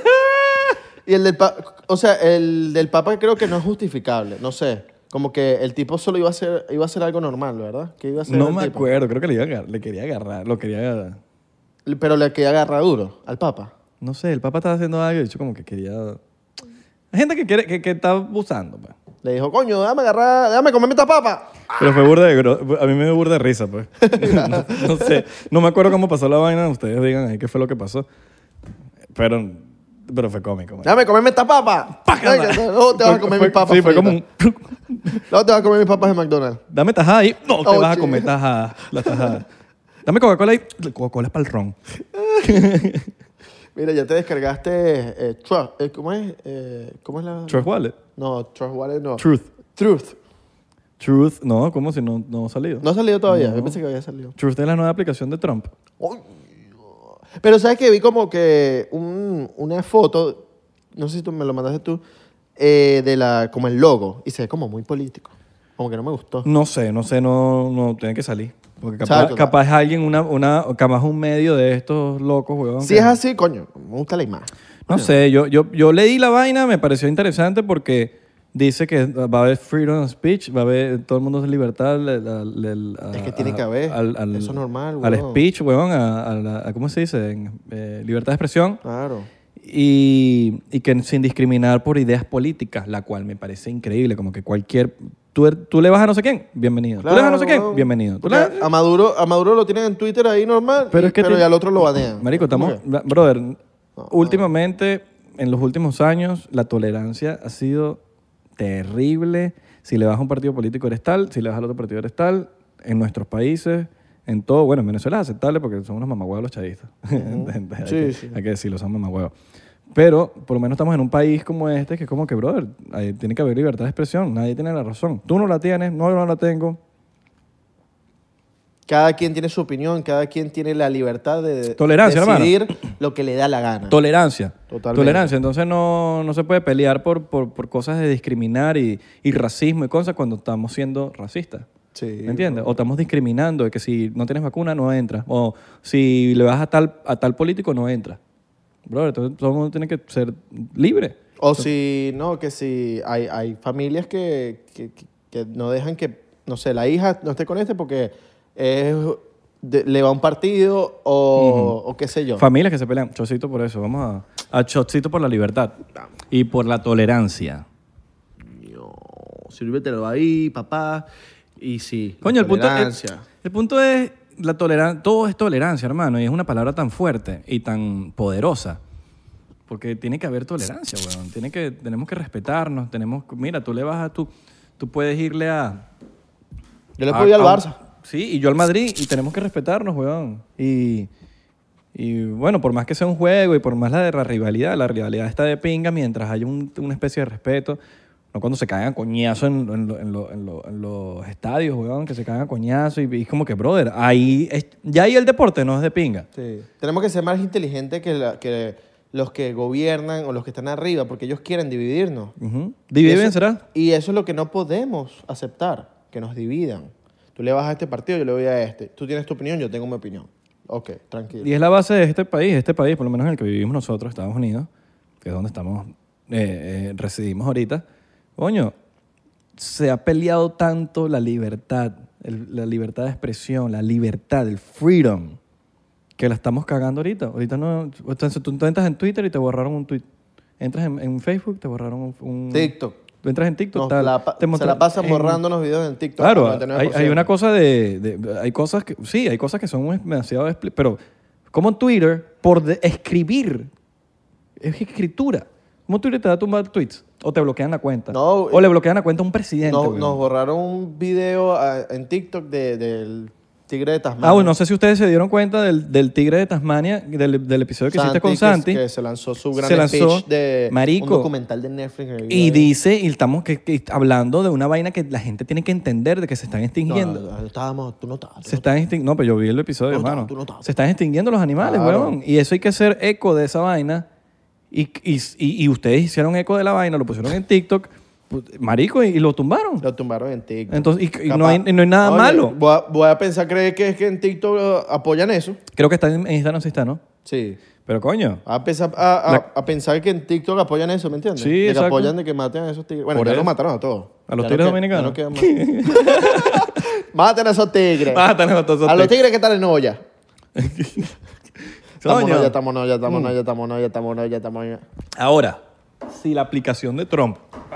Y el del Papa, o sea, el del Papa creo que no es justificable, no sé. Como que el tipo solo iba a hacer algo normal, ¿verdad? ¿Qué iba a hacer No el me tipo? acuerdo, creo que le quería agarrar, lo quería agarrar. Pero le quería agarrar duro al Papa. No sé, el Papa estaba haciendo algo y dicho como que quería... Hay gente que quiere, que está abusando, pues. Le dijo, coño, déjame comerme esta papa. Pero fue burda a mí me dio burda de risa, pues. No sé, no me acuerdo cómo pasó la vaina, ustedes digan ahí qué fue lo que pasó. Pero fue cómico, man. Déjame comerme esta papa. Pácala. Luego te vas a comer mis papas Sí, fue como fritas. un... Luego te vas a comer mis papas de McDonald's. Dame tajada ahí. No, te Oh, vas a chico. comer tajada. La tajada. Dame Coca-Cola ahí. Coca-Cola es para el ron. Mira, ya te descargaste Trust. ¿Cómo es? ¿Cómo es la...? Trust Wallet. No, Trust Wallet no. Truth. Truth. No, ¿cómo si no ha salido? No ha salido todavía. Yo pensé que había salido. Truth es la nueva aplicación de Trump. Uy. Pero ¿sabes qué? Vi como que una foto, no sé si tú me lo mandaste tú, como el logo. Y se ve como muy político. Como que no me gustó. No sé, no tiene que salir. Porque Exacto. capaz alguien, capaz un medio de estos locos, huevón. Si es así, coño, me gusta la imagen. No sé, yo leí la vaina, me pareció interesante porque dice que va a haber freedom of speech, va a haber, todo el mundo es libertad. Es que tiene que haber. Eso es normal, Al huevón. speech, huevón, ¿cómo se dice? Libertad de expresión. Claro. Y que sin discriminar por ideas políticas, la cual me parece increíble, como que cualquier... Tú le vas a no sé quién, bienvenido. Tú le vas a no sé quién, Claro, bienvenido. Tú porque le- a Maduro lo tienen en Twitter ahí normal, Pero es que pero te- ya al otro lo banean. Marico, estamos... ¿Cómo que? Brother, últimamente, en los últimos años, la tolerancia ha sido terrible. Si le vas a un partido político eres tal, si le vas al otro partido eres tal. En nuestros países, en todo... Bueno, en Venezuela es aceptable porque son unos mamagüevos los chavistas. Sí. Hay que decirlo, son mamagüevos. Pero por lo menos estamos en un país como este que es como que, brother, ahí tiene que haber libertad de expresión. Nadie tiene la razón. Tú no la tienes, no la tengo. Cada quien tiene su opinión, cada quien tiene la libertad de Tolerancia, decidir lo que le da la gana. Tolerancia. Totalmente. Tolerancia. Entonces no se puede pelear por cosas de discriminar y racismo y cosas cuando estamos siendo racistas. Sí, ¿Me entiendes? O estamos discriminando de que si no tienes vacuna no entras. O si le vas a tal político no entras. Brother, entonces todo el mundo tiene que ser libre. O si, no, que si hay familias que no dejan que, no sé, la hija no esté con este porque es le va a un partido o qué sé yo. Familias que se pelean. Chocito por eso. Vamos a chocito por la libertad. Y por la tolerancia. Sírvetelo ahí, papá. Y sí, Coño, tolerancia. el punto es la tolerancia. Todo es tolerancia, hermano. Y es una palabra tan fuerte y tan poderosa. Porque tiene que haber tolerancia, weón. Tenemos que respetarnos. Mira, tú le vas a tú puedes irle a... Yo le puedo ir al Barça. Sí, y yo al Madrid. Y tenemos que respetarnos, weón. Y bueno, por más que sea un juego y por más la rivalidad está de pinga mientras haya una especie de respeto. No cuando se caen a coñazo en los estadios, weón, que se caen a coñazo y es como que, brother, ya ahí el deporte no es de pinga. Sí. Tenemos que ser más inteligentes que los que gobiernan o los que están arriba, porque ellos quieren dividirnos. Uh-huh. ¿Dividen, será? Y eso es lo que no podemos aceptar, que nos dividan. Tú le vas a este partido, yo le voy a este. Tú tienes tu opinión, yo tengo mi opinión. Ok, tranquilo. Y es la base de este país, por lo menos en el que vivimos nosotros, Estados Unidos, que es donde residimos ahorita. Coño, se ha peleado tanto la libertad de expresión, la libertad, el freedom, que la estamos cagando ahorita. Ahorita no... Entonces, tú entras en Twitter y te borraron un tweet. Entras en Facebook, te borraron un... TikTok. Tú entras en TikTok, se la pasan borrando los videos en TikTok. Claro, hay una cosa hay cosas que son demasiado... Pero como en Twitter, escribir, es escritura. ¿Cómo Twitter te da tumbar tweets? O te bloquean la cuenta. No, o le bloquean la cuenta a un presidente. Nos borraron un video en TikTok del tigre de Tasmania. Bueno, no sé si ustedes se dieron cuenta del tigre de Tasmania, del episodio que hiciste con Santi. Que se lanzó su gran speech de un documental de Netflix. Y dice, y estamos hablando de una vaina que la gente tiene que entender de que se están extinguiendo. Tú no estabas. No, pero yo vi el episodio, hermano. Se están extinguiendo los animales, Claro. weón. Y eso hay que hacer eco de esa vaina. Y ustedes hicieron eco de la vaina, lo pusieron en TikTok, marico, y lo tumbaron. Lo tumbaron en TikTok. Entonces, y no hay nada malo. Voy a pensar, ¿crees que es que en TikTok apoyan eso? Creo que está en Instagram, sí está, ¿no? Sí. Pero coño. A pensar que en TikTok apoyan eso, ¿me entiendes? Sí, de que exacto. apoyan de que maten a esos tigres. Bueno, Por ya eso. los mataron a todos. ¿A los Ya tigres no dominicanos? Ya no quedan más. Maten a esos tigres. Mátanos a todos esos A los tigres. tigres que están en olla. Coño. Ya estamos. Ahora, si la aplicación de Trump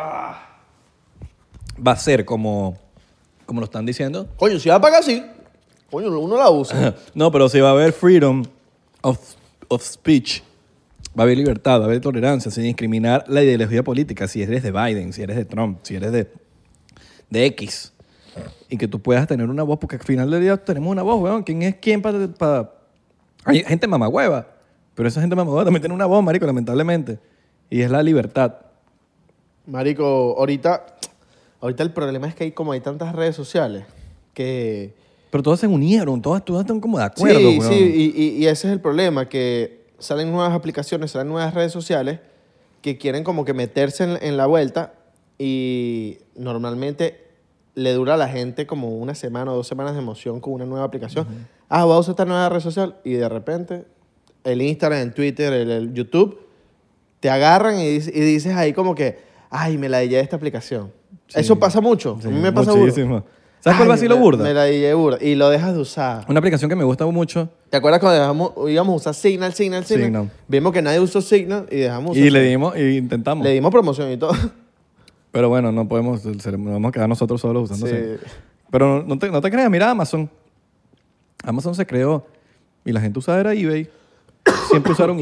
va a ser como lo están diciendo, Coño, si va a pagar así, coño, uno la usa. no, pero si va a haber freedom of speech, va a haber libertad, va a haber tolerancia, sin discriminar la ideología política, si eres de Biden, si eres de Trump, si eres de X, y que tú puedas tener una voz, porque al final del día tenemos una voz, weón. ¿Quién es quién para...? Hay gente mamagüeva, pero esa gente mamagüeva también tiene una voz, marico, lamentablemente, y es la libertad. Marico, ahorita el problema es que hay tantas redes sociales que... Pero todas se unieron, todas están como de acuerdo, Sí, weón. sí, y ese es el problema, que salen nuevas aplicaciones, salen nuevas redes sociales que quieren como que meterse en la vuelta y normalmente le dura a la gente como una semana o 2 semanas de emoción con una nueva aplicación. Voy a usar esta nueva red social y de repente el Instagram, el Twitter, el YouTube te agarran y dices ahí como que, ay, me la dije de esta aplicación. Sí. Eso pasa mucho. Sí, a mí me pasa burda. muchísimo. ¿Sabes cuál vacilo burda? Me la dije burda. Y lo dejas de usar. Una aplicación que me gusta mucho. ¿Te acuerdas cuando íbamos a usar Signal? Signal. Vimos que nadie usó Signal y dejamos usar Y Signal. intentamos. Le dimos promoción y todo. Pero bueno, no podemos, nos vamos a quedar nosotros solos usando Sí. Signal. Pero no te creas, mira Amazon. Amazon se creó y la gente usaba era eBay. Siempre usaron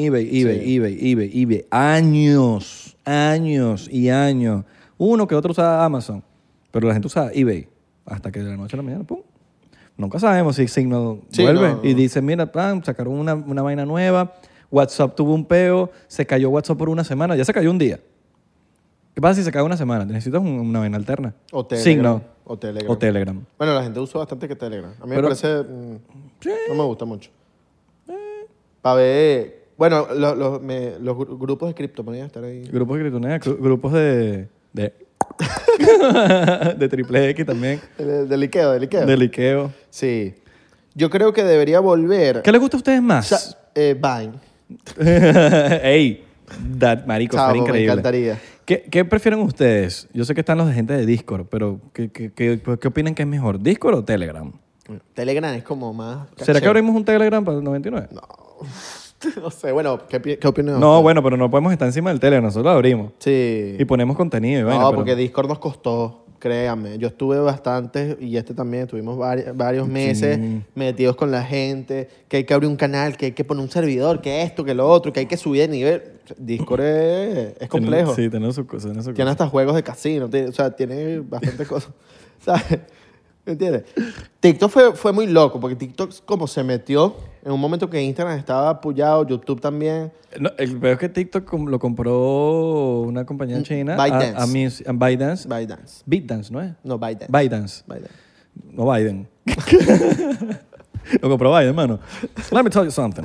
eBay. Años y años. Uno que otro usaba Amazon. Pero la gente usaba eBay. Hasta que de la noche a la mañana, ¡pum! Nunca sabemos si Signal Sí, vuelve. no. Y dice, mira, sacaron una vaina nueva. WhatsApp tuvo un peo. Se cayó WhatsApp por una semana. Ya se cayó un día. ¿Qué pasa si se cae una semana? Necesitas una vaina alterna. O Telegram. Signal. O Telegram. O Telegram. Bueno, la gente usa bastante que Telegram. A mí Pero- me parece... no me gusta mucho. Para ver... Bueno, los grupos de cripto podrían estar ahí. Grupos de criptomonedas, grupos de de triple X también, Del Ikea. de liqueo. Sí. Yo creo que debería volver... ¿Qué les gusta a ustedes más? Vine. Ey, marico, Chavo, sería me increíble. encantaría. ¿Qué prefieren ustedes? Yo sé que están los de gente de Discord, pero ¿qué opinan que es mejor? ¿Discord o Telegram? Telegram es como más... ¿Será que caché. abrimos un Telegram para el 99? No sé, bueno, ¿qué opinas? No, bueno, pero no podemos estar encima del Telegram. Nosotros lo abrimos. Sí. Y ponemos contenido y vaina, No, pero- porque Discord nos costó, créanme. Yo estuve bastante, y este también, estuvimos varios meses metidos con la gente, que hay que abrir un canal, que hay que poner un servidor, que esto, que lo otro, que hay que subir de nivel. Discord es complejo. Sí, tiene sus cosas. Tiene hasta juegos de casino, o sea, tiene bastantes cosas. ¿Sabes? ¿Me entiendes? TikTok fue muy loco, porque TikTok como se metió en un momento que Instagram estaba apoyado, YouTube también. No, el peor es que TikTok lo compró una compañía china. ByteDance. A ByteDance. ByteDance. ByteDance, ¿no es? No, ByteDance. ByteDance. ByteDance. No Biden. Lo compró Biden, hermano. Let me tell you something.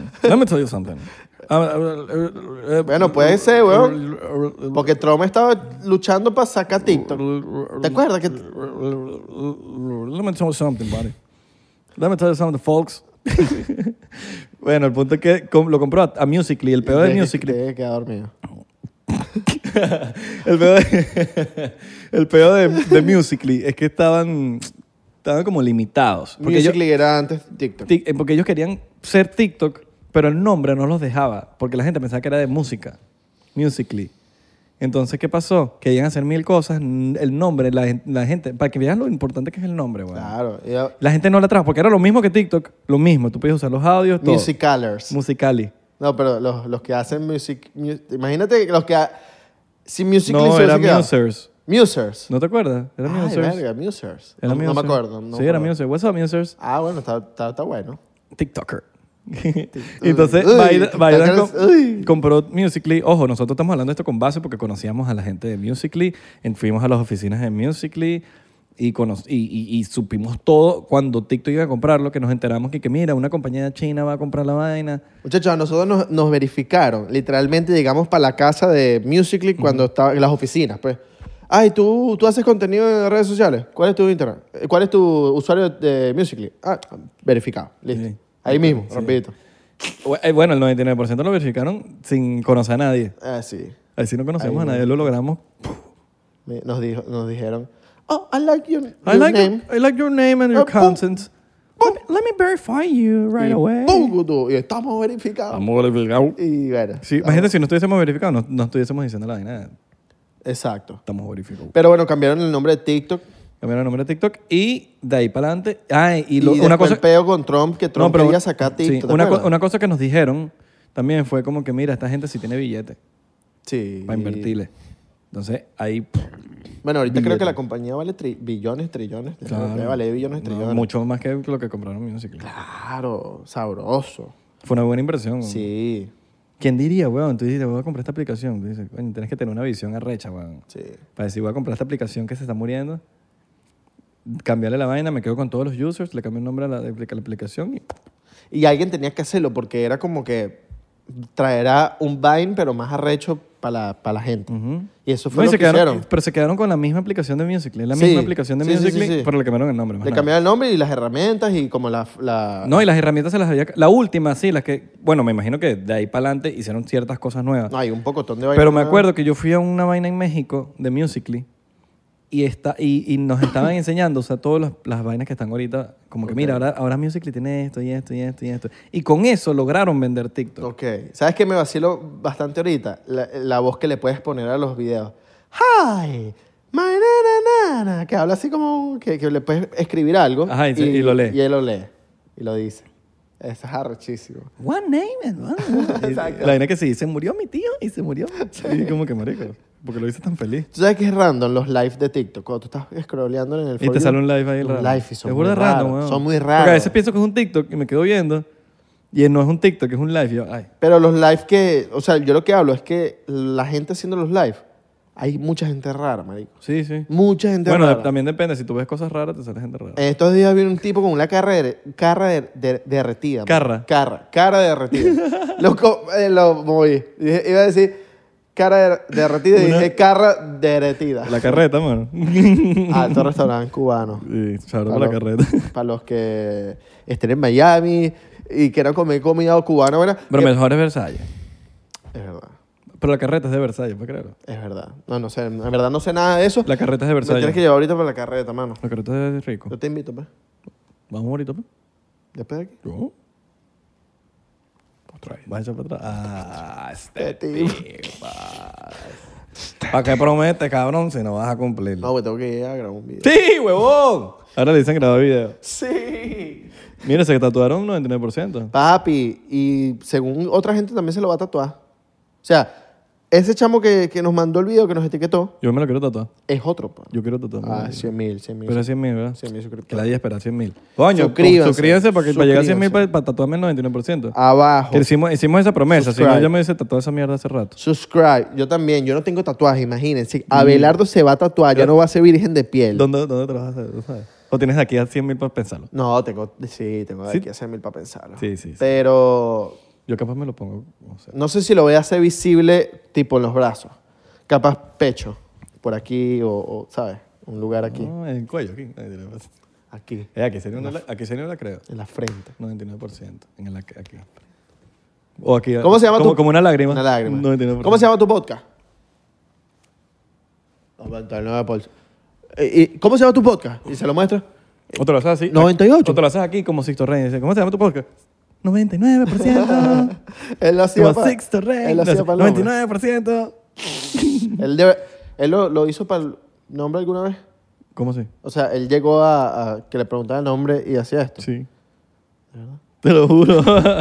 Bueno, puede ser, weón. Porque Trump estaba luchando para sacar TikTok. ¿Te acuerdas que Let me tell you something, buddy. Let me tell you something, folks. Bueno, el punto es que lo compró a Musical.ly. El peor de Musical.ly. Te quedado dormido. el peor de Musical.ly es que estaban como limitados. Porque Musical.ly era antes TikTok. porque ellos querían ser TikTok, pero el nombre no los dejaba, porque la gente pensaba que era de música, Musical.ly. Entonces, ¿qué pasó? Querían hacer 1000 cosas, el nombre, la gente, para que vean lo importante que es el nombre, güey. Claro. La gente no la trajo, porque era lo mismo que TikTok, lo mismo, tú podías usar los audios, todo. Musicalers. Musical.ly. No, pero los que hacen imagínate los que... Si Musical.ly No, se era hubiese quedado. Musers. Musers. ¿No te acuerdas? Era Ay, Musers. verga, Musers. Era No me Musers. acuerdo. no Sí, me era acuerdo. Musers. What's up, Musers? Ah, bueno, está bueno. TikToker. Entonces, Uy, Biden TikTokers, uy. compró Musical.ly. Ojo, nosotros estamos hablando de esto con base porque conocíamos a la gente de Musical.ly, fuimos a las oficinas de Musical.ly y supimos todo cuando TikTok iba a comprarlo, que nos enteramos que mira, una compañía china va a comprar la vaina. Muchachos, a nosotros nos verificaron. Literalmente llegamos para la casa de Musical.ly cuando estaba en las oficinas, pues. Ay, ¿tú haces contenido en redes sociales? ¿Cuál es tu Instagram? ¿Cuál es tu usuario de Musical.ly? Ah, verificado. Listo. Sí. Ahí mismo, rapidito. Bueno, el 99% lo verificaron sin conocer a nadie. Ah, sí. Ahí sí no conocemos Ahí a nadie, lo logramos. Nos dijeron, oh, I like your I name. like your name and your Pum. content. Let me verify you right away. ¡Pum! Y estamos verificados. Vamos verificado. Y bueno. Sí, imagínate si no estuviésemos verificados, no estuviésemos diciendo la vaina. Exacto. Estamos verificados. Pero bueno, cambiaron el nombre de TikTok. Cambiaron el nombre de TikTok y de ahí para adelante. Ay, Y una después cosa. el peo con Trump, que Trump pero- quería sacar sí, TikTok. ¿te una acuerdas? cosa que nos dijeron también fue como que, mira, esta gente sí tiene billete Sí. para invertirle. Entonces, ahí. Bueno, ahorita creo Billete. que la compañía vale billones, trillones. Claro. Debe valer billones, No, trillones. mucho más que lo que compraron Musical.ly. Claro, sabroso. Fue una buena inversión. Sí, ¿Quién diría, weón? Tú dices, voy a comprar esta aplicación. Tú dices, coño, tienes que tener una visión arrecha, weón. sí. Para decir, voy a comprar esta aplicación que se está muriendo, cambiarle la vaina, me quedo con todos los users, le cambio el nombre a la aplicación y... Y alguien tenía que hacerlo porque era como que traerá un Vine, pero más arrecho para la gente. Ujú. Y eso No, fue y lo se que quedaron, hicieron. pero se quedaron con la misma aplicación de Musical.ly. Es la Sí. misma aplicación de Sí, sí, Musical.ly, sí. pero le cambiaron el nombre. más Le nada. cambiaron el nombre y las herramientas y como la... No, y las herramientas se las había... La última, sí, las que... Bueno, me imagino que de ahí para adelante hicieron ciertas cosas nuevas. No, hay un pocotón de Pero vainas me nuevas. acuerdo que yo fui a una vaina en México de Musical.ly y nos estaban enseñando, o sea, todas las vainas que están ahorita, como que mira, ahora Musical.ly tiene esto y esto y esto y esto. Y con eso lograron vender TikTok. Ok. ¿Sabes qué me vacilo bastante ahorita? La voz que le puedes poner a los videos. Hi, my nana, que habla así como que le puedes escribir algo. Ajá, y lo lee. Y él lo lee. Y lo dice. Eso es arrechísimo. One name and one name. Exacto. La vaina que sí, se murió mi tío y se murió. Y como que marico, porque lo hice tan feliz. ¿Tú sabes qué es random los lives de TikTok? Cuando tú estás scrolleando en el Y For te You, sale un live ahí los raro. live y son es muy burda raros. random, weón. Son muy Porque a raros. veces pienso que es un TikTok y me quedo viendo y no es un TikTok, es un live. Y yo, ay, Pero los live que... O sea, yo lo que hablo es que la gente haciendo los live, hay mucha gente rara, marico. sí, sí. Mucha gente Bueno, rara. también depende. Si tú ves cosas raras, te sale gente rara. En estos días vi un tipo con una cara derretida. Carra. Cara derretida. Lo moví. Iba a decir cara derretida y dije cara derretida. La carreta, mano. Alto restaurante cubano. Sí, chabrón por la carreta. Para los que estén en Miami y quieran comer comida cubana buena. Pero mejor es Versalles. Es verdad. Pero la carreta es de Versalles, ¿puedes creerlo? Es verdad. No sé. En verdad no sé nada de eso. La carreta es de Me tienes Versalles. que llevar ahorita para la carreta, mano. La carreta es rico. Yo te invito, pues. Vamos ahorita, pues. Después de aquí. ¿No? Otra vez. ¿Vas a echar para atrás? Ah, este tipo. tipo. ¿Para qué promete, cabrón, si no vas a cumplir? No, pues tengo que ir a grabar un video. ¡Sí, huevón! Ahora le dicen grabar video. Sí. Mira, se tatuaron 99%. Papi, y según otra gente también se lo va a tatuar. O sea, ese chamo que nos mandó el video, que nos etiquetó, Yo me lo quiero tatuar. es otro, pa. Yo quiero tatuarme. Ah, 100,000. Pero es 100.000, ¿verdad? 100,000 Que suscriptores. la día espera 100.000. Coño, Suscríbanse. suscríbanse para llegar a 100.000 Suscríbanse. para tatuarme el 99%. Abajo. Que hicimos esa promesa. Si no, Subscribe. ya me hubiese tatuado esa mierda hace rato. Subscribe. Yo también. Yo no tengo tatuaje, imagínense. Abelardo se va a tatuar. Ya no va a ser virgen de piel. ¿Dónde trabajas? ¿Tú sabes? ¿O tienes de aquí a 100.000 para pensarlo? No, tengo de ¿Sí? aquí a 100,000 para pensarlo. Sí. Pero Yo capaz me lo pongo, no sé. no sé si lo voy a hacer visible tipo en los brazos. Capaz pecho. Por aquí o ¿sabes? Un lugar aquí. No, en el cuello, aquí. Aquí. Aquí sería una creo. En la frente. 99%. Aquí. O aquí. ¿Cómo se llama tu...? Como una lágrima. Una lágrima. 99%. ¿Cómo se llama tu podcast? 99%. ¿Y cómo se llama tu podcast? Y se lo muestra. O te lo haces así. 98. O te lo haces aquí como Sixto Rey. Dice, ¿cómo se llama tu podcast? 99%. Él lo hacía Como para... Sixto Rey. Él lo hacía para el nombre. 99%. Él lo hizo para el nombre alguna vez. ¿Cómo así? O sea, él llegó a que le preguntara el nombre y hacía esto. Sí. Te lo juro.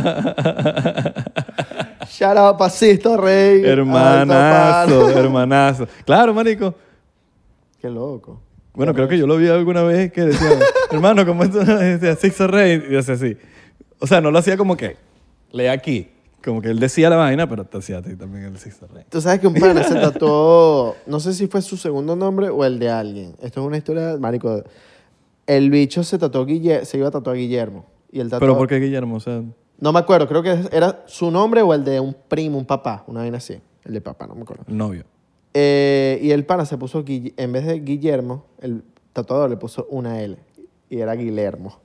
Shout out pa' Sixto Rey. Hermanazo, Alto palo. hermanazo. Claro, marico. Qué loco. Bueno, creo que yo lo vi alguna vez que decía, hermano, ¿cómo esto? Decía Sixto Rey. Y decía así. O sea, no lo hacía como que, lee aquí. Como que él decía la vaina, pero te hacía a ti también el Sixto Rey. Tú sabes que un pana se tatuó, no sé si fue su segundo nombre o el de alguien. Esto es una historia, marico. El bicho se tatuó se iba a tatuar Guillermo. Y el Pero ¿por qué Guillermo? O sea, No me acuerdo, creo que era su nombre o el de un primo, un papá, una vaina así. El de papá, no me acuerdo. novio. Y el pana se puso, en vez de Guillermo, el tatuador le puso una L. Y era Guillermo.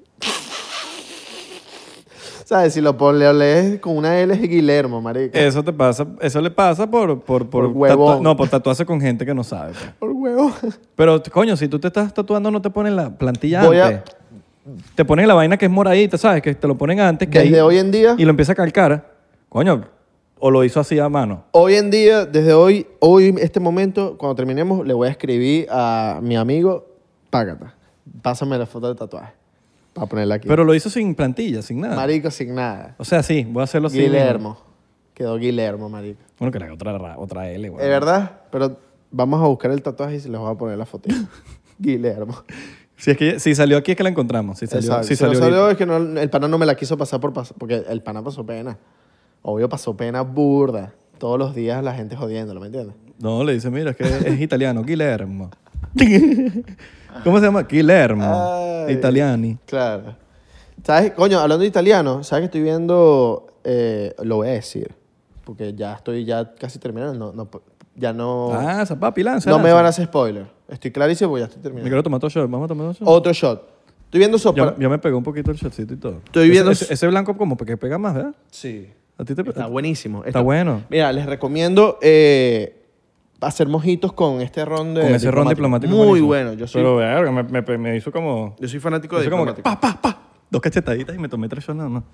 ¿Sabes? Si lo lees con una L es Guillermo, marico. Eso te pasa, eso le pasa por huevón. por tatuarse con gente que no sabe. Pues. Por huevo. Pero, coño, si tú te estás tatuando, no te ponen la plantilla Voy a- antes. Te ponen la vaina que es moradita, ¿sabes? Que te lo ponen antes. Que Desde ahí- hoy en día... Y lo empieza a calcar. Coño, o lo hizo así a mano. Hoy en día, desde hoy, este momento, cuando terminemos, le voy a escribir a mi amigo, Págata, pásame la foto del tatuaje, para ponerla aquí. Pero lo hizo sin plantilla, sin nada. Marico, sin nada. O sea, sí, voy a hacerlo así. Guillermo. Quedó Guillermo, marico. Bueno, que era otra L, güey. Es verdad, pero vamos a buscar el tatuaje y se les voy a poner la foto. Guillermo. Si salió aquí es que la encontramos. Si salió, Exacto. si Si no salió salió ahorita. es que no, el pana no me la quiso pasar porque el pana pasó pena. Obvio, pasó pena burda. Todos los días la gente jodiéndolo, ¿me entiendes? No, le dice, mira, es que es italiano. Guillermo. ¿Cómo se llama? Guillermo. Ay. Italiani. Claro. ¿Sabes? Coño, hablando de italiano, ¿sabes que estoy viendo? Lo voy a decir, porque ya estoy casi terminando. Ya no... Ah, esa papi, lanza. no me lanza. van a hacer spoiler. Estoy clarísimo porque ya estoy Me terminando. quiero tomar otro shot. Vamos a tomar otro shot. Otro shot. Estoy viendo sopa. Ya me pegó un poquito el shotcito y todo. Estoy viendo- Ese blanco como porque pega más, ¿verdad? Sí. A ti te Está buenísimo. Está bueno. Mira, les recomiendo hacer mojitos con este ron de Con ese ron diplomático. Muy buenísimo. bueno. Yo soy, Pero, verga, me hizo como... yo soy fanático de Hizo como que diplomático. pa. Dos cachetaditas y me tomé 3 shots nada más.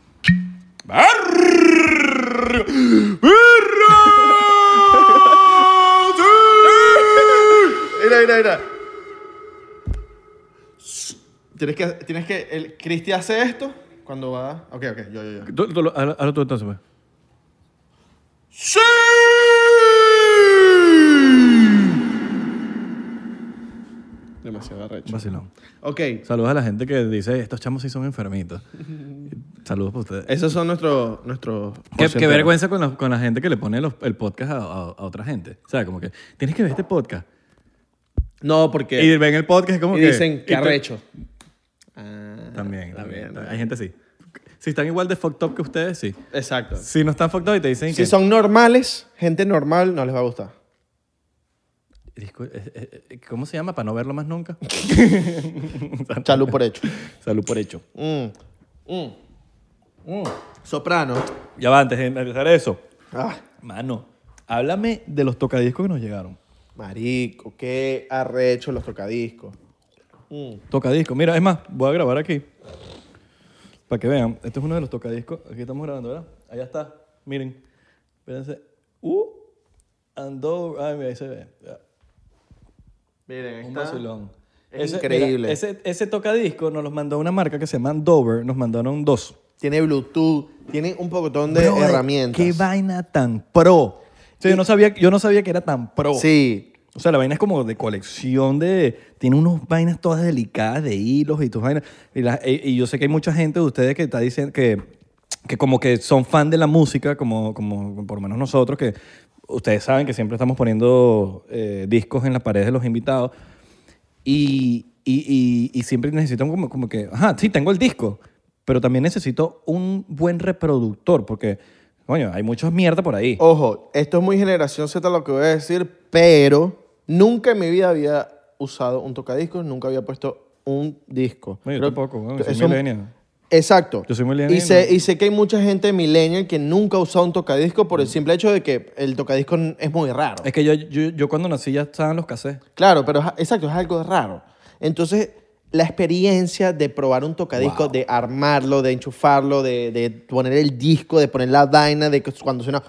Mira. Tienes que... El Cristi hace esto cuando va... Ok, yo. Hazlo tú entonces, pues. ¡Sí! Demasiado arrecho. Vacilón. Ok. Saludos a la gente que dice, estos chamos sí son enfermitos. Saludos para ustedes. Esos son nuestros Qué vergüenza con la gente que le pone el podcast a otra gente. O sea, como que, tienes que ver este podcast. No, porque... Y ven el podcast como y que... dicen, qué y te- arrecho. También. Hay gente así. Si están igual de fucked up que ustedes, sí. Exacto. Si no están fucked up y te dicen Si que... son normales, gente normal, no les va a gustar. ¿Cómo se llama? Para no verlo más nunca. Salud por hecho. Salud por hecho. Soprano. Ya va, antes de empezar eso. Ah, Mano, háblame de los tocadiscos que nos llegaron. marico, qué arrecho los tocadiscos. Tocadiscos. Mira, es más, voy a grabar aquí. para que vean. Este es uno de los tocadiscos. Aquí estamos grabando, ¿verdad? Allá está. Miren. Espérense. Andover. Ay, mira, ahí se ve. Ya. Miren, Un vacilón. Es increíble. Mira, ese tocadisco nos los mandó una marca que se llama Dover. Nos mandaron 2. Tiene Bluetooth, tiene un pocotón de Bro, herramientas. Qué vaina tan pro. O sea, yo no sabía que era tan pro. Sí. O sea, la vaina es como de colección tiene unos vainas todas delicadas de hilos y tus vainas. Y yo sé que hay mucha gente de ustedes que está diciendo que como que son fan de la música, como por lo menos nosotros, que ustedes saben que siempre estamos poniendo discos en las paredes de los invitados. Y siempre necesitan como que, ajá, sí, tengo el disco, pero también necesito un buen reproductor porque, coño, hay mucha mierda por ahí. Ojo, esto es muy generación Z lo que voy a decir, pero nunca en mi vida había usado un tocadiscos, nunca había puesto un disco. No, yo Creo- tampoco, bueno, soy eso- millennial. Exacto. Yo soy millennial, Y sé que hay mucha gente millennial que nunca ha usado un tocadisco por el simple hecho de que el tocadisco es muy raro. Es que yo cuando nací ya estaban los cassettes. Claro, pero exacto, es algo raro. Entonces, la experiencia de probar un tocadisco, Wow. de armarlo, de enchufarlo, de poner el disco, de poner la vaina, de que cuando suena...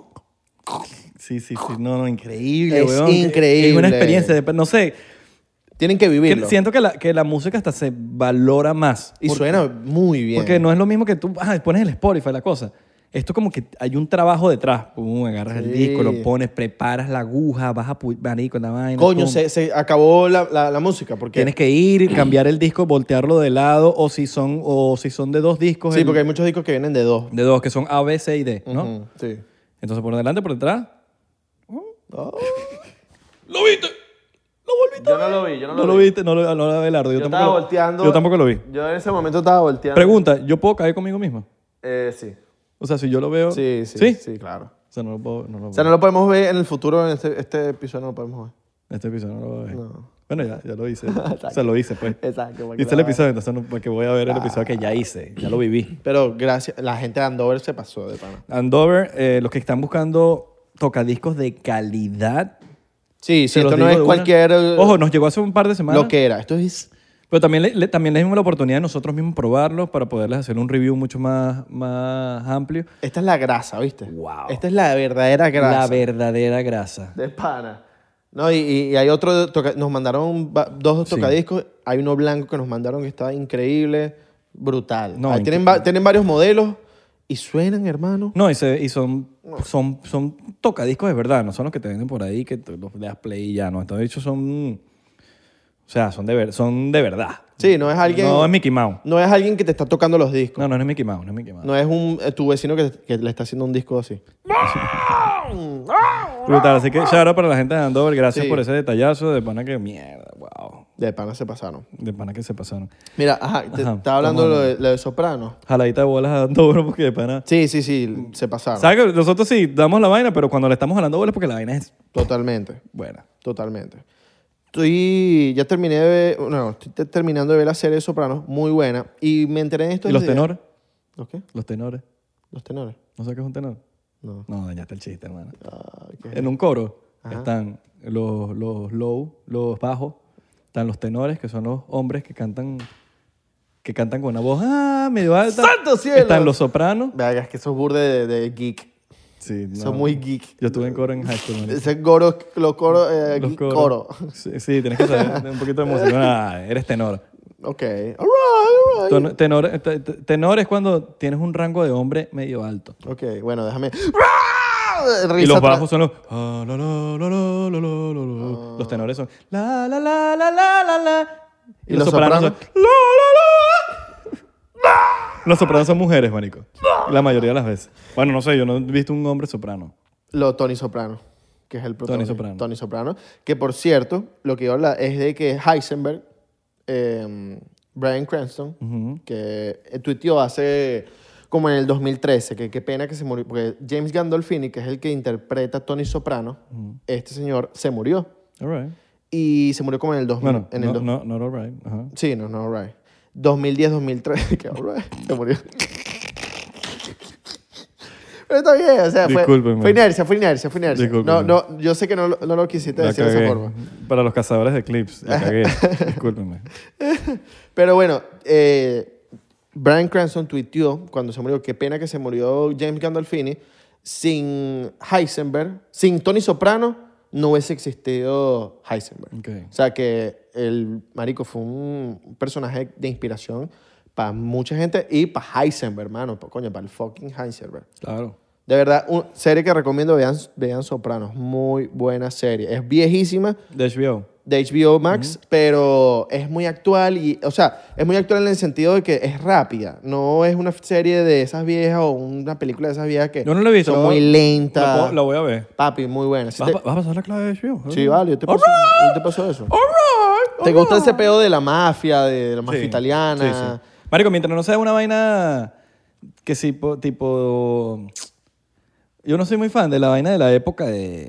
Sí, no, increíble, Es weón. increíble. Es una experiencia, no sé, Tienen que vivirlo. siento que la música hasta se valora más. Y suena muy bien. Porque no es lo mismo que tú pones el Spotify, la cosa. Esto como que hay un trabajo detrás. Pum, agarras el Sí. disco, lo pones, preparas la aguja, vas a marico, la vaina. Coño, pum. se acabó la música. Porque, Tienes que ir, cambiar el disco, voltearlo de lado, o si son de 2 discos. Sí, porque hay muchos discos que vienen de dos. de 2, que son A, B, C y D, ¿no? Ujú, sí. Entonces, por delante, por detrás. Oh. ¿Lo viste? ¿Lo volviste? Yo no lo vi, yo No lo viste, no lo Abelardo. Yo estaba volteando. Yo tampoco lo vi. Yo en ese momento estaba volteando. Pregunta, ¿yo puedo caer conmigo mismo? Sí. O sea, si yo lo veo... Sí, claro. O sea, no lo puedo... O sea, no lo podemos ver en el futuro, en este episodio no lo podemos ver. Este episodio no lo voy a ver. No. Bueno, ya lo hice. O sea, lo hice, pues. Exacto. porque Hice el la- episodio, entonces no, porque voy a ver el episodio que ya hice. Ya lo viví. Pero gracias, la gente de Andover se pasó de pana. Andover, los que están buscando tocadiscos de calidad... Sí, sí, se los esto no digo es de una. cualquier... Ojo, nos llegó hace un par de semanas. lo que era. Esto es... Pero también también les dimos la oportunidad de nosotros mismos probarlos para poderles hacer un review mucho más amplio. Esta es la grasa, ¿viste? Wow. Esta es la verdadera grasa. La verdadera grasa. De pana. No, y hay otro... nos mandaron dos Sí. tocadiscos. Hay uno blanco que nos mandaron que está increíble. Brutal. No, Ah, tienen varios modelos y suenan, hermano. No, y son tocadiscos de verdad, no son los que te venden por ahí que tú los das play y ya, no. Estos bichos son... O sea, son de verdad. Sí, no es alguien... No es Mickey Mouse. No es alguien que te está tocando los discos. No es Mickey Mouse, no es Mickey Mouse. No es tu vecino que le está haciendo un disco así. Brutal, así que shout out para la gente de Andover, gracias Sí. por ese detallazo de pana que mierda, wow. De pana se pasaron. De pana que se pasaron. Mira, Ajá, estaba hablando estamos lo de Soprano. Jaladita de bolas a Andover porque de pana... Sí, se pasaron. ¿Sabes que nosotros sí damos la vaina, pero cuando le estamos jalando bolas es porque la vaina es Totalmente, buena? totalmente. Estoy terminando de ver la serie de Soprano, muy buena. Y me enteré en esto. ¿Y los tenores? ¿Los qué? Los tenores. Los tenores. ¿No sabes qué es un tenor? No. No, dañaste el chiste, hermano. Ay, qué- En un coro Ajá. están los low, los bajos, están los tenores, que son los hombres que cantan con una voz medio alta. ¡Santo cielo! Están los sopranos. Verga, es que sos burde de geek. Sí, no. Son muy geek. Yo estuve en coro en high school. man. Ese coro, los coros, Los geek coros. coro. Sí, tienes que saber un poquito de música. Eres tenor. Ok. All right. Tenor es cuando tienes un rango de hombre medio alto. Ok, bueno, déjame. Y los bajos son los... Los tenores son... La, la, la, la, la, la, la. ¿Y los sopranos sopranos? son... La, la, la. Los sopranos son mujeres, marico. La mayoría de las veces. Bueno, no sé, yo no he visto un hombre soprano. Tony Soprano, que es el protagonista. Soprano. Tony Soprano. Que, por cierto, lo que iba a hablar es de que Heisenberg, Bryan Cranston, que tuiteó hace como en el 2013, que qué pena que se murió, porque James Gandolfini, que es el que interpreta a Tony Soprano, este señor se murió. All right. Y se murió como en el 2000. Bueno, en el not all right. Ajá. Sí, no, all right. 2010, 2013, que all right, se murió. Pero está bien, o sea, Discúlpenme. fue inercia. Discúlpenme. No, yo sé que no lo quisiste La decir de esa cagué. forma. Para los cazadores de clips, la cagué. Discúlpenme. Pero bueno, Bryan Cranston tuiteó cuando se murió, qué pena que se murió James Gandolfini, sin Heisenberg, sin Tony Soprano, no hubiese existido Heisenberg. Ok. O sea que el marico fue un personaje de inspiración para mucha gente y para Heisenberg, hermano. Coño, para el fucking Heisenberg. Claro. De verdad, una serie que recomiendo, vean Sopranos. Muy buena serie. Es viejísima, De HBO. de HBO Max, pero es muy actual y, o sea, es muy actual en el sentido de que es rápida. No es una serie de esas viejas o una película de esas viejas que Yo no la he visto. son muy lentas. La voy a ver. Papi, muy buena. ¿Vas a pasar la clave de HBO? Sí, vale, yo te paso eso. ¿Te gusta ese pedo de la mafia, de la mafia Sí, italiana? sí. Marico, mientras no sea una vaina que sí, tipo... Yo no soy muy fan de la vaina de la época de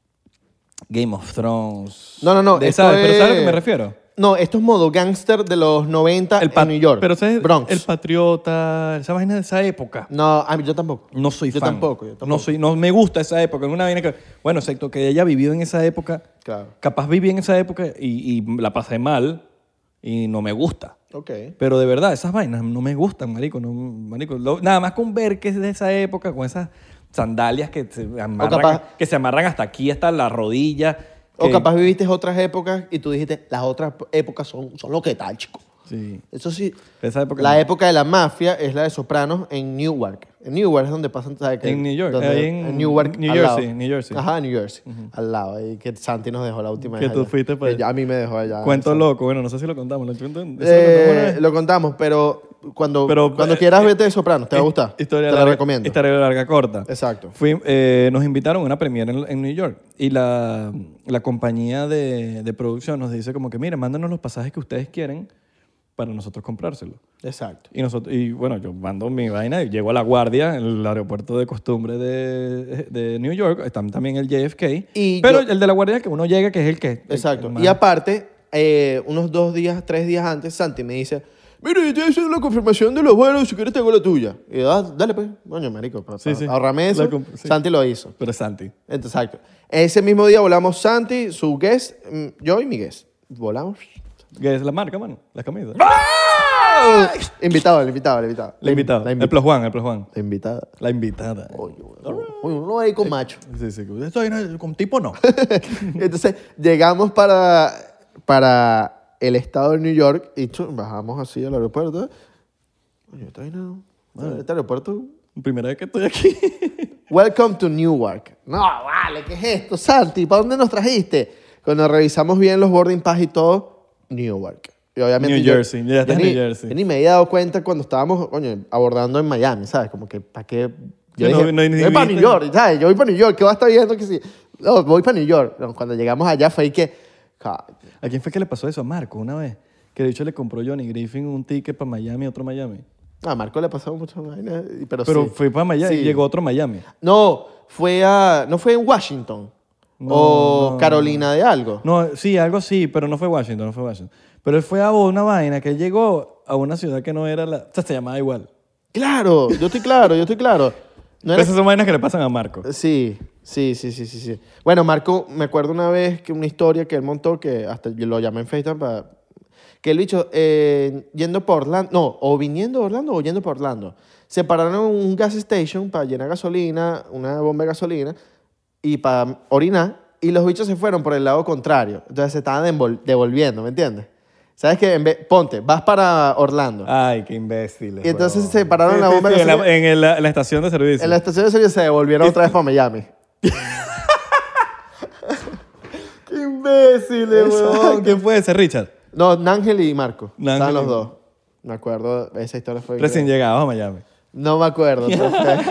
Game of Thrones. No. De esto esa, pero ¿sabes a lo que es- me refiero? No, esto es modo gángster de los 90 en New York. Pero ¿sabes? Bronx. El Patriota, esa vaina de esa época. No, a mí yo tampoco. No soy Yo fan. tampoco. No me gusta esa época. Es una vaina que... Bueno, excepto que haya vivido en esa época. Claro. Capaz viví en esa época y la pasé mal y no me gusta. Ok. Pero de verdad, esas vainas no me gustan, marico. No, marico. Nada más con ver que es de esa época, con esas sandalias que se amarran, capaz- que se amarran hasta aquí, hasta la rodilla. O que- capaz viviste otras épocas y tú dijiste, las otras épocas son lo que tal, chico. Sí. Eso sí. Esa época La no. época de la mafia es la de Sopranos en Newark. En Newark es donde pasan, ¿sabes? En New York, donde- ahí en Newark, New al Jersey, lado. New Jersey. Ajá, New Jersey. Al lado, ahí que Santi nos dejó la última Que vez tú allá. fuiste para Que allá. a mí me dejó allá. Cuento ¿sabes? loco. Bueno, no sé si lo contamos. ¿Eso lo contamos una vez? Lo contamos, pero cuando Pero, quieras verte de Sopranos, te va a gustar. Historia te la larga, recomiendo. Historia larga, corta. Exacto. Nos invitaron a una premiere en New York y la compañía de producción nos dice como que, mira, mándanos los pasajes que ustedes quieren para nosotros comprárselos. Exacto. Y bueno, yo mando mi vaina y llego a La Guardia, el aeropuerto de costumbre de New York. Está también el JFK. Y pero yo- el de La Guardia que uno llega, que es el que... Exacto. el más- Y aparte, unos 3 días antes, Santi me dice, mira, yo te voy a hacer la confirmación de los vuelos, si quieres te hago la tuya. Y yo, dale pues, coño, marico, Sí, sí. ahorrame eso. Sí. Santi lo hizo. Pero es Santi. Exacto. Ese mismo día volamos Santi, su guest, yo y mi guest. Volamos. Que es la marca, mano. Las camisas. Invitado. La invitada. La El plus one. La invitada. La invitada. Oye, uno va ahí con macho. Sí, sí. Esto ahí con tipo no. Entonces, llegamos para el estado de New York y bajamos así al aeropuerto. Oye, está ahí, no. Este aeropuerto. Primera vez que estoy aquí. Welcome to Newark. No, vale, ¿qué es esto, Santi? ¿Para dónde nos trajiste? Cuando revisamos bien los boarding pass y todo, Newark. Y obviamente New Jersey, ya estás en New Jersey. Yo ni me había dado cuenta cuando estábamos, coño, abordando en Miami, ¿sabes? Como que, ¿para qué? Yo Sí, dije, ni voy para viste. New York, ¿sabes? Yo voy para New York, ¿qué va a estar viendo? Que sí. No, voy para New York. No, cuando llegamos allá fue ahí que... ¿A quién fue que le pasó eso? A Marco, una vez. Que de hecho le compró Johnny Griffin un ticket para Miami, otro Miami. A Marco le pasó muchas vainas, pero Pero sí. fue para Miami Sí. y llegó otro Miami. No, no fue en Washington. No, Carolina de algo. No, sí, algo así, pero no fue Washington. Pero él fue a una vaina que él llegó a una ciudad que no era la... O sea, se llamaba igual. Claro, yo estoy claro. No era- Esas son vainas que le pasan a Marco. Sí. Bueno, Marco, me acuerdo una vez que una historia que él montó, que hasta yo lo llamé en FaceTime para... Que el bicho, yendo por Orlando, no, o viniendo de Orlando o yendo por Orlando, se pararon en un gas station para llenar gasolina, una bomba de gasolina, y para orinar, y los bichos se fueron por el lado contrario. Entonces se estaban devolviendo, ¿me entiendes? ¿Sabes qué? Ponte, vas para Orlando. Ay, qué imbéciles. Y entonces huevón. se pararon en la bomba de en gasolina. en la estación de servicio. En la estación de servicio se devolvieron otra vez para Miami. ¡Qué imbéciles, Exacto. huevón! ¿Quién fue ese, Richard? No, Nángel y Marco. Nángel Estaban los y- dos. Me acuerdo, esa historia fue... Recién llegados a Miami. No me acuerdo. pero fue-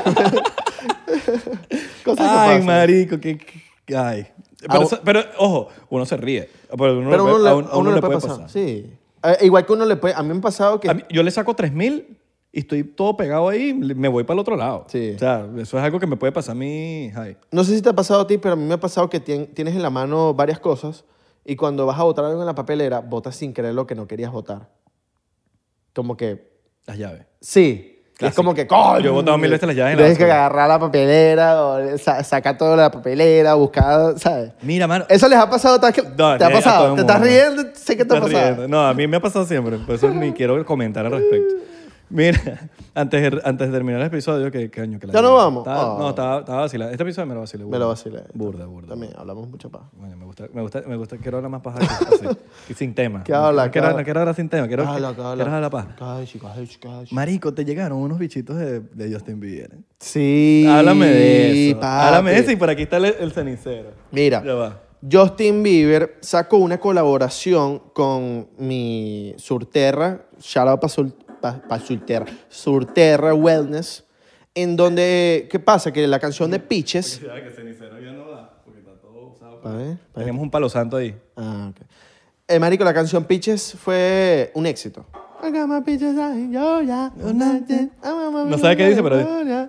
Cosas que Ay, pasan. marico, ay. Ah, Pero, ojo, uno se ríe. Pero, Pero a uno le puede pasar. Sí. Igual que uno le puede... A mí me ha pasado que... Yo le saco 3,000 y estoy todo pegado ahí, me voy para el otro lado. Sí. O sea, eso es algo que me puede pasar a mí, Jai. No sé si te ha pasado a ti, pero a mí me ha pasado que tienes en la mano varias cosas y cuando vas a botar algo en la papelera, botas sin querer lo que no querías botar. Como que... Las llaves. Sí. Es Clásico. como que, ¡coño! Yo he botado 1000 veces las llaves en la Tienes que basura. agarrar la papelera o sacar toda la papelera, buscar, ¿sabes? Mira, mano. ¿Eso les ha pasado? ¿Te No, ha a todo pasado? el ¿Te estás mundo. riendo? Sé que te ha Estás pasado. riendo. No, a mí me ha pasado siempre. Por eso ni quiero comentar al respecto. Mira, antes de terminar el episodio, que coño, que la ¿Ya no vamos? No, estaba vacilando. Este episodio me lo vacilé. Me lo vacilé. Burda. También hablamos mucho paja. Coño, me gusta, quiero hablar más paja así, y sin tema. ¿Qué habla? Quiero hablar sin tema, quiero Habla. hablar paja. Cállate. Marico, te llegaron unos bichitos de Justin Bieber. Sí. Háblame de eso. papi. Háblame de eso y por aquí está el cenicero. Mira, Ya va. Justin Bieber sacó una colaboración con mi Surterra, shout out para Surterra Wellness, en donde, ¿qué pasa? Que la canción de Peaches... Que el cenicero ya no da, porque está todo usado. Pa' ver. Tenemos un palo santo ahí. Ah, ok. Marico, la canción Peaches fue un éxito. I got my peaches in Georgia. No sabe qué dice, pero...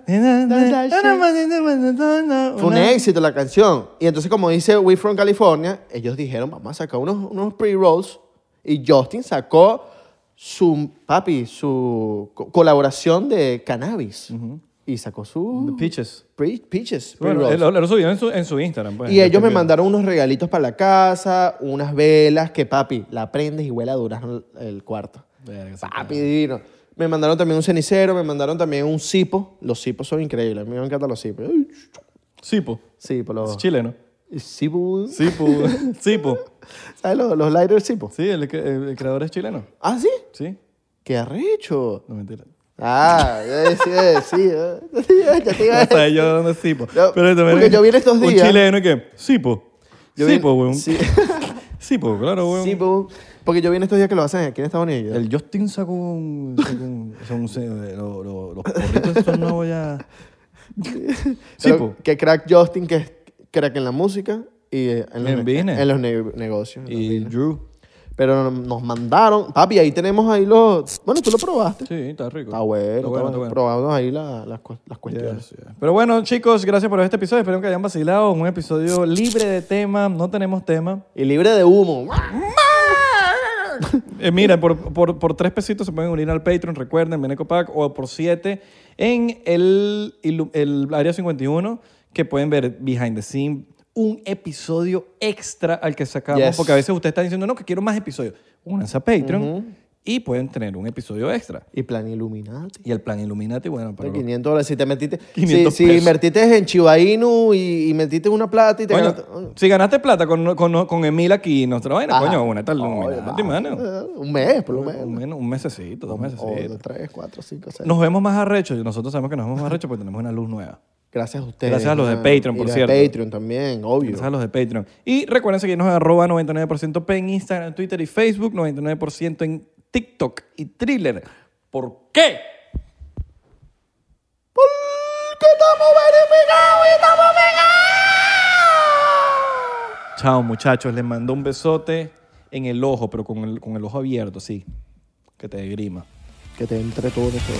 Fue un éxito la canción. Y entonces, como dice We From California, ellos dijeron, vamos a sacar unos pre-rolls. Y Justin sacó su colaboración de cannabis. Y sacó su... Peaches. Peaches. Bueno, pre-rolls. lo subió en su Instagram. Pues, Y ellos me mandaron unos regalitos para la casa, unas velas que, papi, la prendes y huele a durazno el cuarto. Verga, ese Papi, divino. Me mandaron también un cenicero, me mandaron también un cipo. Los cipos son increíbles. A mí me encantan los cipos. Sipo. Cipo, los... Es chileno. Cipo. Sipo. ¿Sabes los lighters cipo? Sí, el creador es chileno. ¿Ah, sí? Sí. ¡Qué arrecho! No, mentira. Ah, sí. Ya te iba a No sé decir. yo dónde es Sipo. No, Pero también porque yo vi en estos días- Un chileno que... Sipo. Yo vi- Sipo, weón. Sí. Sipo, claro, weón. Cipo. Porque yo vi en estos días que lo hacen aquí en Estados Unidos. El Justin sacó los porritos son nuevos ya. Pero Sipo. que crack Justin, que es crack en la música y en business. los negocios. en los Y business. Drew. Pero nos mandaron... Papi, ahí tenemos ahí los... Bueno, tú lo probaste. Sí, está rico. Está bueno. Probamos ahí las cuestiones. Yes, yes. Pero bueno, chicos, gracias por ver este episodio. Espero que hayan vacilado. Un episodio libre de tema. No tenemos tema. Y libre de humo. Mira, por 3 pesitos se pueden unir al Patreon, recuerden, Beneco Pack, o por 7 en el Área 51, que pueden ver behind the scene, un episodio extra al que sacamos, Yes. porque a veces usted está diciendo, no, que quiero más episodios. Únanse a Patreon y pueden tener un episodio extra. Y plan Illuminati. Y el plan Illuminati, bueno, para De $500. Si te metiste... 500 si pesos. invertiste en Chiba Inu y metiste una plata y te Coño, ganaste... si ganaste plata con Emil aquí, nuestra vaina, Ajá. coño, una tal Oye, Illuminati, mano. Un mes, por lo menos. Un mesecito, 2 O mesecitos. 3, 4, 5, 6. Nos vemos más arrechos. Nosotros sabemos que nos vemos más arrechos porque tenemos una luz nueva. Gracias a ustedes. Gracias a los de man. Patreon, Y por los cierto. de Patreon también, obvio. Gracias a los de Patreon. Y recuerden seguirnos en @99% en Instagram, Twitter y Facebook, 99% en TikTok y Thriller. ¿Por qué? Porque estamos verificados y estamos pegados. Chao, muchachos. Les mando un besote en el ojo, pero con el ojo abierto, sí. Que te grima. Que te entre todo esto.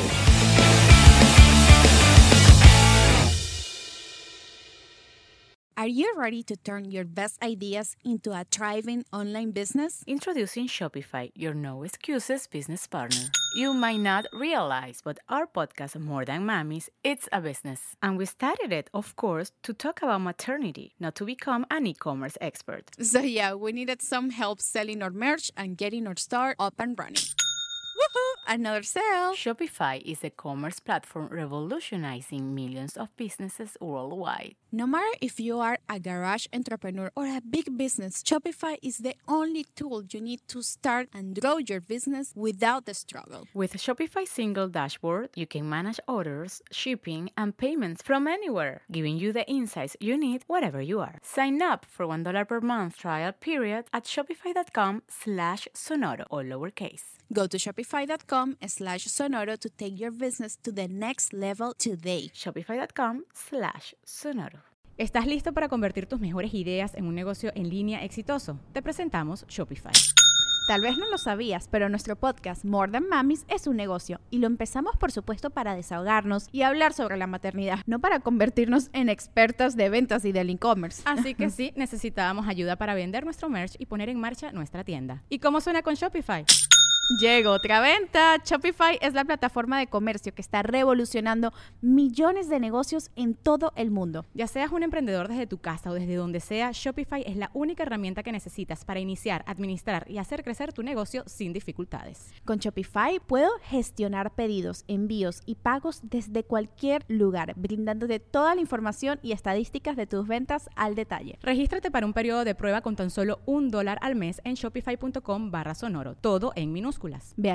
Are you ready to turn your best ideas into a thriving online business? Introducing Shopify, your no excuses business partner. You might not realize, but our podcast, More Than Mommies, it's a business. And we started it, of course, to talk about maternity, not to become an e-commerce expert. So yeah, we needed some help selling our merch and getting our store up and running. Woohoo! Another sale! Shopify is a commerce platform revolutionizing millions of businesses worldwide. No matter if you are a garage entrepreneur or a big business, Shopify is the only tool you need to start and grow your business without the struggle. With Shopify's single dashboard, you can manage orders, shipping, and payments from anywhere, giving you the insights you need wherever you are. Sign up for $1 per month trial period at shopify.com/sonoro, all lowercase. Go to shopify.com/sonoro to take your business to the next level today. Shopify.com/sonoro. ¿Estás listo para convertir tus mejores ideas en un negocio en línea exitoso? Te presentamos Shopify. Tal vez no lo sabías, pero nuestro podcast More Than Mommies es un negocio y lo empezamos por supuesto para desahogarnos y hablar sobre la maternidad, no para convertirnos en expertas de ventas y del e-commerce. Así que sí, necesitábamos ayuda para vender nuestro merch y poner en marcha nuestra tienda. ¿Y cómo suena con Shopify? Llegó otra venta. Shopify es la plataforma de comercio que está revolucionando millones de negocios en todo el mundo. Ya seas un emprendedor desde tu casa o desde donde sea, Shopify es la única herramienta que necesitas para iniciar, administrar y hacer crecer tu negocio sin dificultades. Con Shopify puedo gestionar pedidos, envíos y pagos desde cualquier lugar, brindándote toda la información y estadísticas de tus ventas al detalle. Regístrate para un periodo de prueba con tan solo $1 al mes en shopify.com/sonoro, todo en minúsculas. Ve a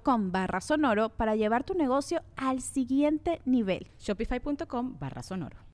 shopify.com/sonoro para llevar tu negocio al siguiente nivel. Shopify.com/sonoro.